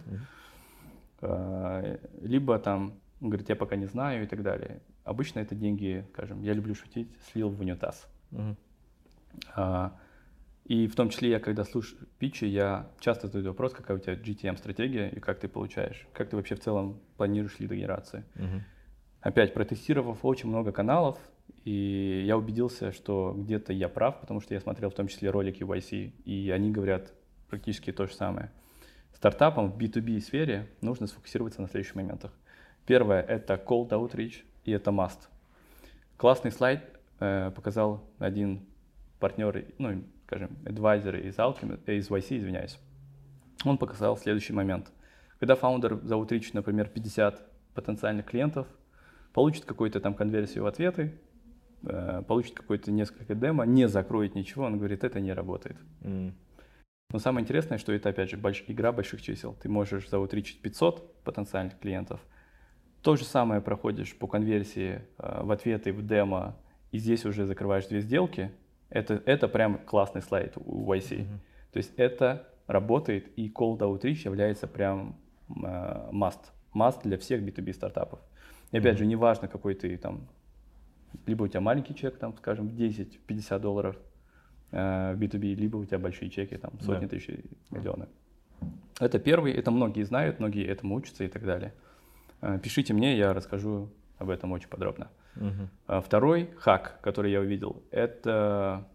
Uh-huh. Либо там, он говорит, я пока не знаю и так далее. Обычно это деньги, скажем, я люблю шутить, слил в унитаз. Uh-huh. Uh, и в том числе я, когда слушаю питчи, я часто задаю вопрос, какая у тебя джи ти эм-стратегия и как ты получаешь, как ты вообще в целом планируешь лидогенерацию. Uh-huh. Опять протестировав очень много каналов, и я убедился, что где-то я прав, потому что я смотрел в том числе ролики вай си, и они говорят практически то же самое. Стартапам в би ту би сфере нужно сфокусироваться на следующих моментах. Первое – это cold outreach, и это must. Классный слайд э, показал один партнер, ну, скажем, адвайзер из Alchemy, э, из вай си, извиняюсь. Он показал следующий момент. Когда фаундер заутричит, например, пятьдесят потенциальных клиентов, получит какую-то там конверсию в ответы, э, получит какое-то несколько демо, не закроет ничего, он говорит, это не работает. Mm. Но самое интересное, что это, опять же, больш... игра больших чисел. Ты можешь заутричить пятьсот потенциальных клиентов, то же самое проходишь по конверсии э, в ответы, в демо, и здесь уже закрываешь две сделки. Это, это прям классный слайд у вай си. Mm-hmm. То есть это работает, и cold outreach является прям э, must. Must для всех би ту би стартапов. И опять mm-hmm. же, неважно, какой ты там, либо у тебя маленький чек, там, скажем, десять пятьдесят долларов э, в би ту би, либо у тебя большие чеки, там, сотни yeah. тысяч, миллионы. Это первый, это многие знают, многие этому учатся и так далее. Пишите мне, я расскажу об этом очень подробно. Uh-huh. Второй хак, который я увидел, это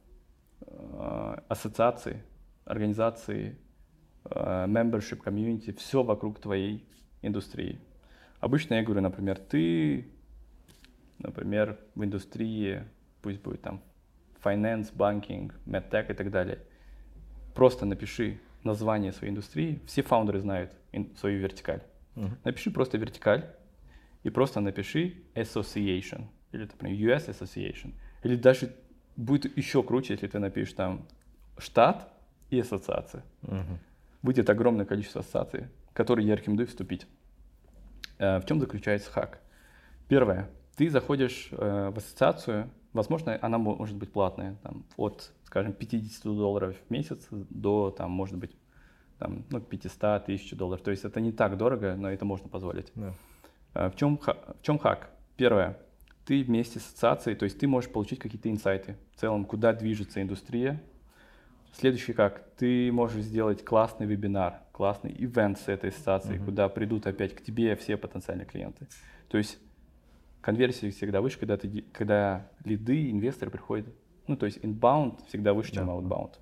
ассоциации, организации, membership, community, все вокруг твоей индустрии. Обычно я говорю, например, ты, например, в индустрии, пусть будет там finance, banking, medtech и так далее, просто напиши название своей индустрии, все фаундеры знают свою вертикаль. Uh-huh. Напиши просто вертикаль и просто напиши association, или, например, ю эс Association, или даже будет еще круче, если ты напишешь там штат и ассоциация. Uh-huh. Будет огромное количество ассоциаций, в которые я рекомендую вступить. В чем заключается хак? Первое. Ты заходишь в ассоциацию, возможно, она может быть платная, там, от, скажем, пятьдесят долларов в месяц до, там, может быть, там, ну, пятьсот тысяч долларов. То есть это не так дорого, но это можно позволить. Yeah. В чем, в чем хак? Первое. Ты вместе с ассоциацией, то есть ты можешь получить какие-то инсайты в целом, куда движется индустрия. Следующий как, ты можешь сделать классный вебинар, классный ивент с этой ассоциацией, uh-huh. куда придут опять к тебе все потенциальные клиенты. То есть конверсия всегда выше, когда, ты, когда лиды, инвесторы приходят, ну то есть inbound всегда выше, чем yeah. outbound.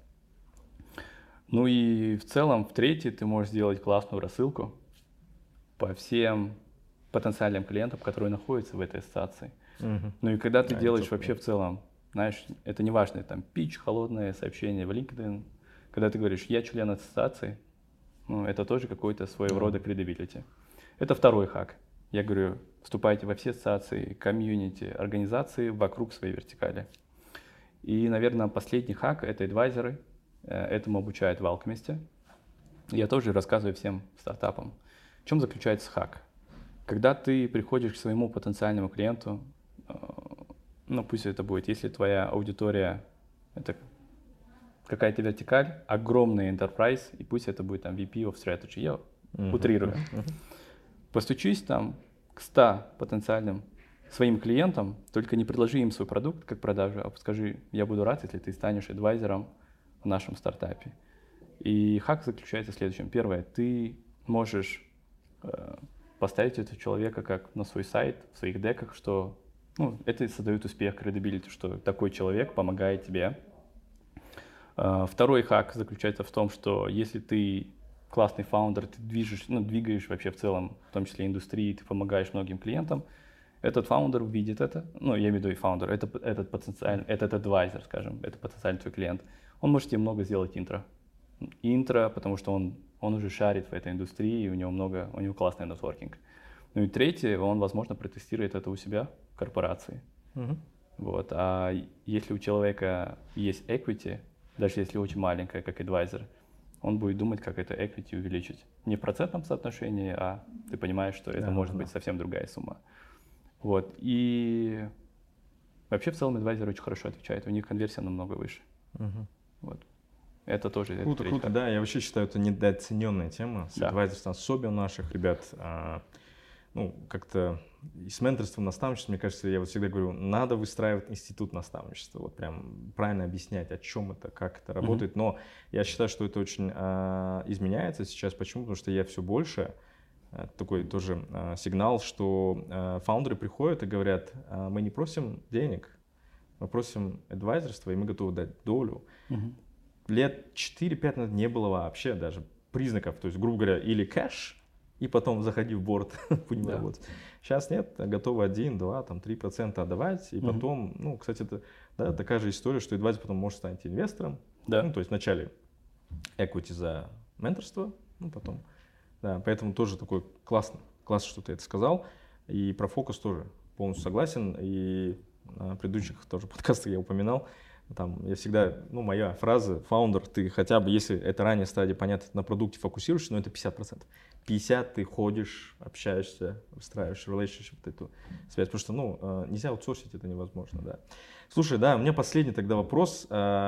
Ну и в целом, в третий, ты можешь сделать классную рассылку по всем потенциальным клиентам, которые находятся в этой ассоциации. Uh-huh. Ну и когда ты yeah, делаешь вообще в целом, знаешь, это не важно, там, питч, холодное сообщение в LinkedIn. Когда ты говоришь, я член ассоциации, ну, это тоже какой-то своего mm. рода credibility. Это второй хак. Я говорю, вступайте во все ассоциации, комьюнити, организации вокруг своей вертикали. И, наверное, последний хак — это адвайзеры. Этому обучают в Alchemist. Я тоже рассказываю всем стартапам. В чем заключается хак? Когда ты приходишь к своему потенциальному клиенту, ну, пусть это будет, если твоя аудитория — это какая-то вертикаль, огромный enterprise, и пусть это будет там ви пи of Strategy, я uh-huh. утрирую. Uh-huh. Постучись там к ста потенциальным своим клиентам, только не предложи им свой продукт как продажу, а скажи, я буду рад, если ты станешь адвайзером в нашем стартапе. И хак заключается в следующем. Первое, ты можешь э, поставить этого человека как на свой сайт, в своих деках, что ну, это создает успех, credibility, что такой человек помогает тебе. Uh, второй хак заключается в том, что если ты классный фаундер, ты движешь, ну, двигаешь вообще в целом, в том числе индустрии, ты помогаешь многим клиентам, этот фаундер увидит это, ну, я имею в виду и фаундер, это, этот потенциальный, этот адвайзер, скажем, это потенциальный твой клиент, он может тебе много сделать интро. Интро, потому что он, он уже шарит в этой индустрии, у него много, у него классный нетворкинг. Ну и третье, он, возможно, протестирует это у себя в корпорации. Uh-huh. Вот. А если у человека есть equity, даже если очень маленькая, как адвайзер, он будет думать, как это equity увеличить. Не в процентном соотношении, а ты понимаешь, что это yeah, может yeah. быть совсем другая сумма. Вот. И вообще в целом адвайзер очень хорошо отвечает, у них конверсия намного выше. Uh-huh. Вот. Это тоже... Круто, это круто, да. Я вообще считаю, это недооцененная тема. С да. адвайзерством, особенно наших ребят. А, ну, как-то и с менторством, наставничеством, мне кажется, я вот всегда говорю, надо выстраивать институт наставничества. Вот прям правильно объяснять, о чем это, как это работает. Mm-hmm. Но я считаю, что это очень а, изменяется сейчас. Почему? Потому что я все больше... Такой тоже а, сигнал, что а, фаундеры приходят и говорят, а, мы не просим денег, мы просим адвайзерства, и мы готовы дать долю. Mm-hmm. Лет четыре-пять назад не было вообще даже признаков, то есть, грубо говоря, или кэш, и потом заходи в борт, будем yeah. работать. Сейчас нет, готовы один, два, там, три процента отдавать, и mm-hmm. потом, ну, кстати, это да, такая же история, что адвайзер потом может стать инвестором, yeah. ну, то есть вначале equity за менторство, ну, потом, да, поэтому тоже такой классно, классно, что ты это сказал, и про фокус тоже полностью согласен, и на предыдущих тоже подкастах я упоминал, там, я всегда, ну, моя фраза, фаундер, ты хотя бы, если это ранняя стадия, понятно, на продукте фокусируешься, но это пятьдесят процентов. пятьдесят ты ходишь, общаешься, выстраиваешь relationship, вот эту связь, потому что, ну, нельзя аутсорсить, это невозможно, да. Слушай, да, у меня последний тогда вопрос.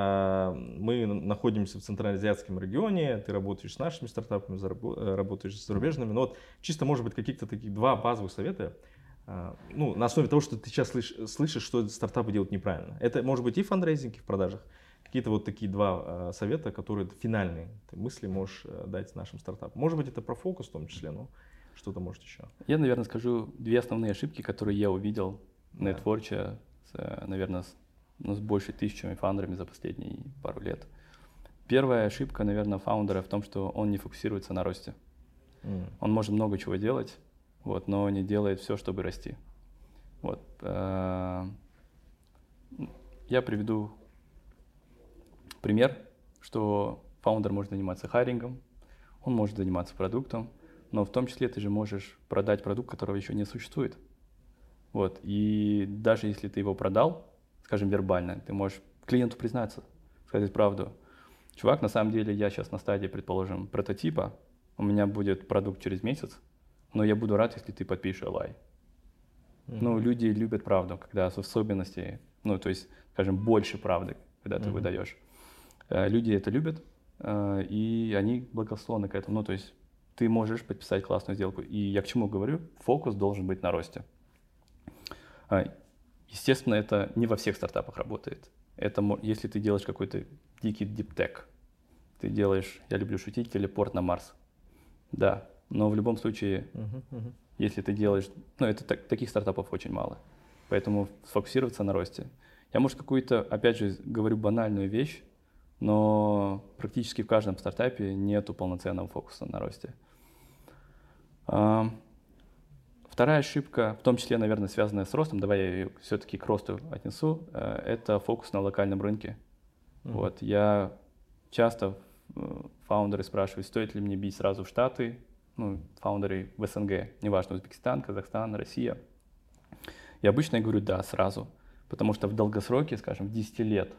Мы находимся в Центральноазиатском регионе, ты работаешь с нашими стартапами, работаешь с зарубежными, но вот чисто, может быть, каких-то таких два базовых совета, ну, на основе того, что ты сейчас слышишь, слышишь, что стартапы делают неправильно. Это может быть и в фандрейзинге, и в продажах. Какие-то вот такие два э, совета, которые финальные ты мысли можешь э, дать нашим стартапам. Может быть, это про фокус в том числе, но что-то может еще? Я, наверное, скажу две основные ошибки, которые я увидел на Network, наверное, с, ну, с больше тысячами фаундерами за последние пару лет. Первая ошибка, наверное, фаундера в том, что он не фокусируется на росте. Mm. Он может много чего делать, вот, но не делает все, чтобы расти. Вот. Я приведу пример, что фаундер может заниматься хайрингом, он может заниматься продуктом, но в том числе ты же можешь продать продукт, которого еще не существует. Вот. И даже если ты его продал, скажем, вербально, ты можешь клиенту признаться, сказать правду. Чувак, на самом деле я сейчас на стадии, предположим, прототипа, у меня будет продукт через месяц, но я буду рад, если ты подпишешь эл ай. Mm-hmm. Ну, люди любят правду, когда в особенности, ну, то есть, скажем, больше правды, когда ты mm-hmm. выдаешь. Люди это любят, и они благосклонны к этому. Ну, то есть, ты можешь подписать классную сделку. И я к чему говорю? Фокус должен быть на росте. Естественно, это не во всех стартапах работает. Это если ты делаешь какой-то дикий диптек, ты делаешь, я люблю шутить, телепорт на Марс. Да, но в любом случае, uh-huh, uh-huh. если ты делаешь, ну, это так, таких стартапов очень мало. Поэтому сфокусироваться на росте. Я, может, какую-то, опять же, говорю банальную вещь, но практически в каждом стартапе нету полноценного фокуса на росте. А, вторая ошибка, в том числе, наверное, связанная с ростом, давай я ее все-таки к росту отнесу, это фокус на локальном рынке. Mm-hmm. Вот, я часто фаундеры спрашивают, стоит ли мне бить сразу в Штаты, ну, фаундеры в эс эн гэ, неважно, Узбекистан, Казахстан, Россия. И обычно я говорю да, сразу, потому что в долгосроке, скажем, в десять лет,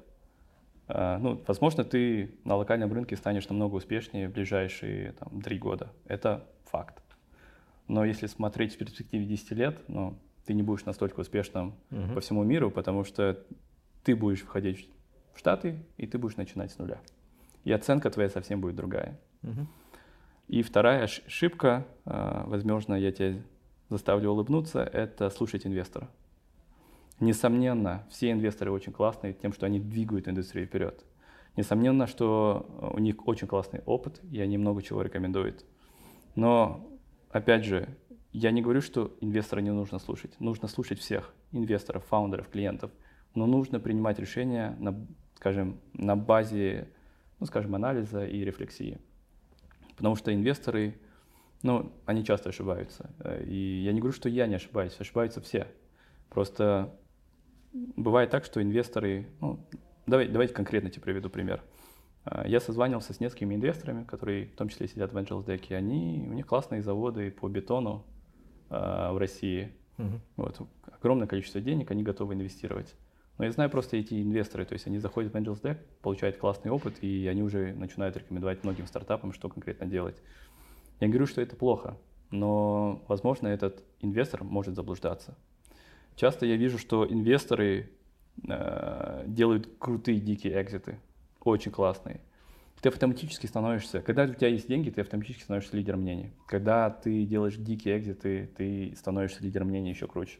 э, ну, возможно, ты на локальном рынке станешь намного успешнее в ближайшие там, три года. Это факт. Но если смотреть в перспективе десяти лет, ну, ты не будешь настолько успешным uh-huh. по всему миру, потому что ты будешь входить в Штаты, и ты будешь начинать с нуля. И оценка твоя совсем будет другая. Uh-huh. И вторая ошибка, возможно, я тебя заставлю улыбнуться, это слушать инвестора. Несомненно, все инвесторы очень классные тем, что они двигают индустрию вперед. Несомненно, что у них очень классный опыт, и они много чего рекомендуют. Но, опять же, я не говорю, что инвестора не нужно слушать. Нужно слушать всех инвесторов, фаундеров, клиентов. Но нужно принимать решения, на, скажем, на базе, ну, скажем, анализа и рефлексии. Потому что инвесторы, ну, они часто ошибаются. И я не говорю, что я не ошибаюсь, ошибаются все. Просто бывает так, что инвесторы, ну, давай, давайте конкретно тебе приведу пример. Я созванивался с несколькими инвесторами, которые в том числе сидят в Angels Deck, и они, у них классные заводы по бетону э, в России. Uh-huh. Вот, огромное количество денег, они готовы инвестировать. Но я знаю просто эти инвесторы, то есть они заходят в Angels Deck, получают классный опыт, и они уже начинают рекомендовать многим стартапам, что конкретно делать. Я не говорю, что это плохо, но, возможно, этот инвестор может заблуждаться. Часто я вижу, что инвесторы э, делают крутые дикие экзиты, очень классные. Ты автоматически становишься, когда у тебя есть деньги, ты автоматически становишься лидером мнений. Когда ты делаешь дикие экзиты, ты становишься лидером мнений еще круче.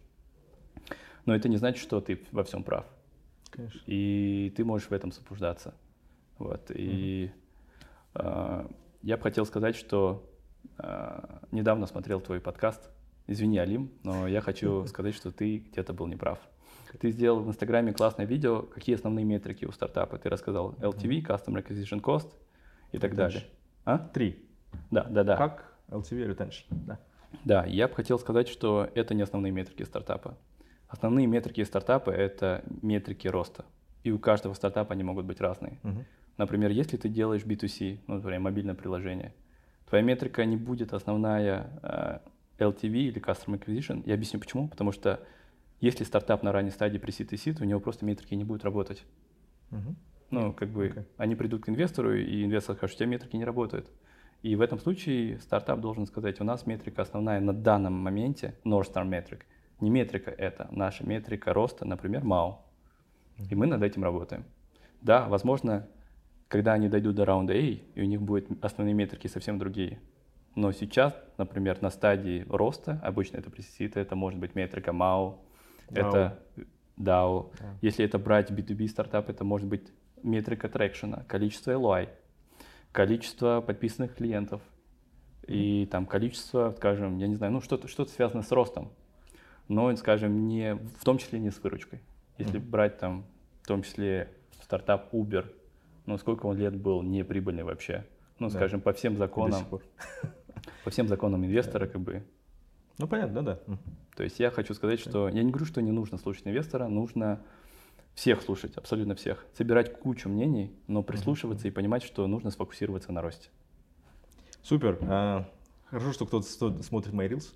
Но это не значит, что ты во всем прав. Конечно. И ты можешь в этом заблуждаться. Вот. И mm-hmm. э, я бы хотел сказать, что э, недавно смотрел твой подкаст. Извини, Алим, но я хочу сказать, что ты где-то был неправ. Ты сделал в Инстаграме классное видео, какие основные метрики у стартапа. Ты рассказал эл ти ви, Customer Acquisition Cost и так далее. А? Три. Да, да, да. Как эл ти ви Retention. Да. Да, я бы хотел сказать, что это не основные метрики стартапа. Основные метрики стартапа — это метрики роста. И у каждого стартапа они могут быть разные. Uh-huh. Например, если ты делаешь би ту си, ну, например, мобильное приложение, твоя метрика не будет основная эл ти ви или Customer Acquisition. Я объясню почему. Потому что если стартап на ранней стадии при си ти си, то у него просто метрики не будут работать. Uh-huh. Ну, как бы okay. они придут к инвестору, и инвестор скажет, что у тебя метрики не работают. И в этом случае стартап должен сказать, у нас метрика основная на данном моменте, North Star Metric. Не метрика это, наша метрика роста, например, МАУ. Uh-huh. И мы над этим работаем. Да, возможно, когда они дойдут до раунда A, и у них будут основные метрики совсем другие. Но сейчас, например, на стадии роста, обычно это при си си, это может быть метрика МАУ, дао. Это дао. Yeah. Если это брать би ту би стартап, это может быть метрика трекшена, количество эл эй ай, количество подписанных клиентов. И там количество, скажем, я не знаю, ну что-то что-то связано с ростом, но, скажем, не, в том числе не с выручкой. Если mm-hmm. брать там, в том числе стартап Uber, ну сколько он лет был неприбыльный вообще, ну да. скажем, по всем законам, по всем законам инвестора как бы. Ну понятно, да, да. То есть я хочу сказать, что я не говорю, что не нужно слушать инвестора, нужно всех слушать, абсолютно всех, собирать кучу мнений, но прислушиваться mm-hmm. и понимать, что нужно сфокусироваться на росте. Супер. А, хорошо, что кто-то смотрит мои рилс.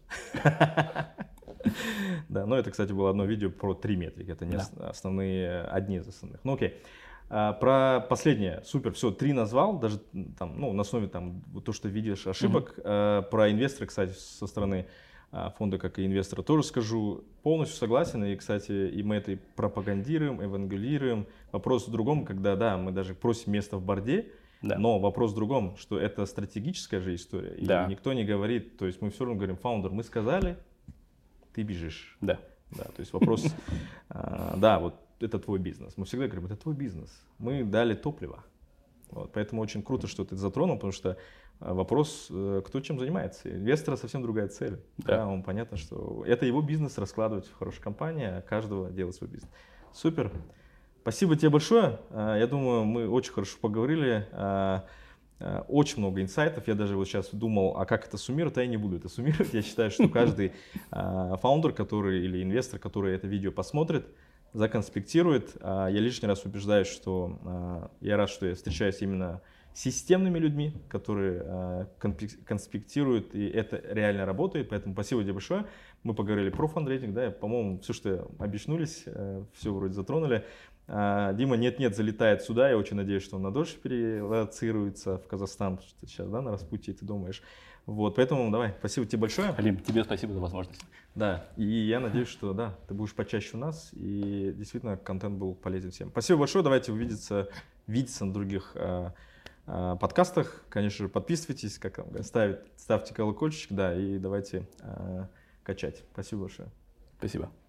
Да, но это, кстати, было одно видео про три метрики. Это не да. основные, одни из основных. Ну окей. А, про последнее. Супер. Все, три назвал. Даже там, ну, на основе там то, что видишь ошибок. Mm-hmm. А, про инвестора, кстати, со стороны а, фонда, как и инвестора, тоже скажу. Полностью согласен. И, кстати, и мы это и пропагандируем, евангелируем. Вопрос в другом, когда, да, мы даже просим место в борде. Да. Но вопрос в другом, что это стратегическая же история, и да. никто не говорит, то есть мы все равно говорим, фаундер, мы сказали, ты бежишь. Да. Да, то есть вопрос, да, вот это твой бизнес. Мы всегда говорим, это твой бизнес. Мы дали топливо. Вот, поэтому очень круто, что ты это затронул, потому что вопрос, кто чем занимается. Инвестора совсем другая цель. Да. Да, он понятно, что это его бизнес раскладывать в хорошую компанию, а каждого делать свой бизнес. Супер. Спасибо тебе большое. Я думаю, мы очень хорошо поговорили. Очень много инсайтов. Я даже вот сейчас думал, а как это суммировать, а я не буду это суммировать. Я считаю, что каждый фаундер, который или инвестор, который это видео посмотрит, законспектирует. Я лишний раз убеждаюсь, что я рад, что я встречаюсь именно с системными людьми, которые конспектируют, и это реально работает. Поэтому спасибо тебе большое. Мы поговорили про фандрейзинг, да, по-моему, все, что обещнулись, все вроде затронули. Дима нет-нет залетает сюда, я очень надеюсь, что он на дольше перелоцируется в Казахстан, потому что сейчас, да, на распутье, ты думаешь. Вот, поэтому давай, спасибо тебе большое. Алим, тебе спасибо за возможность. Да, и я надеюсь, что, да, ты будешь почаще у нас, и действительно контент был полезен всем. Спасибо большое, давайте увидеться, видеться на других а, а, подкастах. Конечно же, подписывайтесь, как там, ставить, ставьте колокольчик, да, и давайте а, качать. Спасибо большое. Спасибо.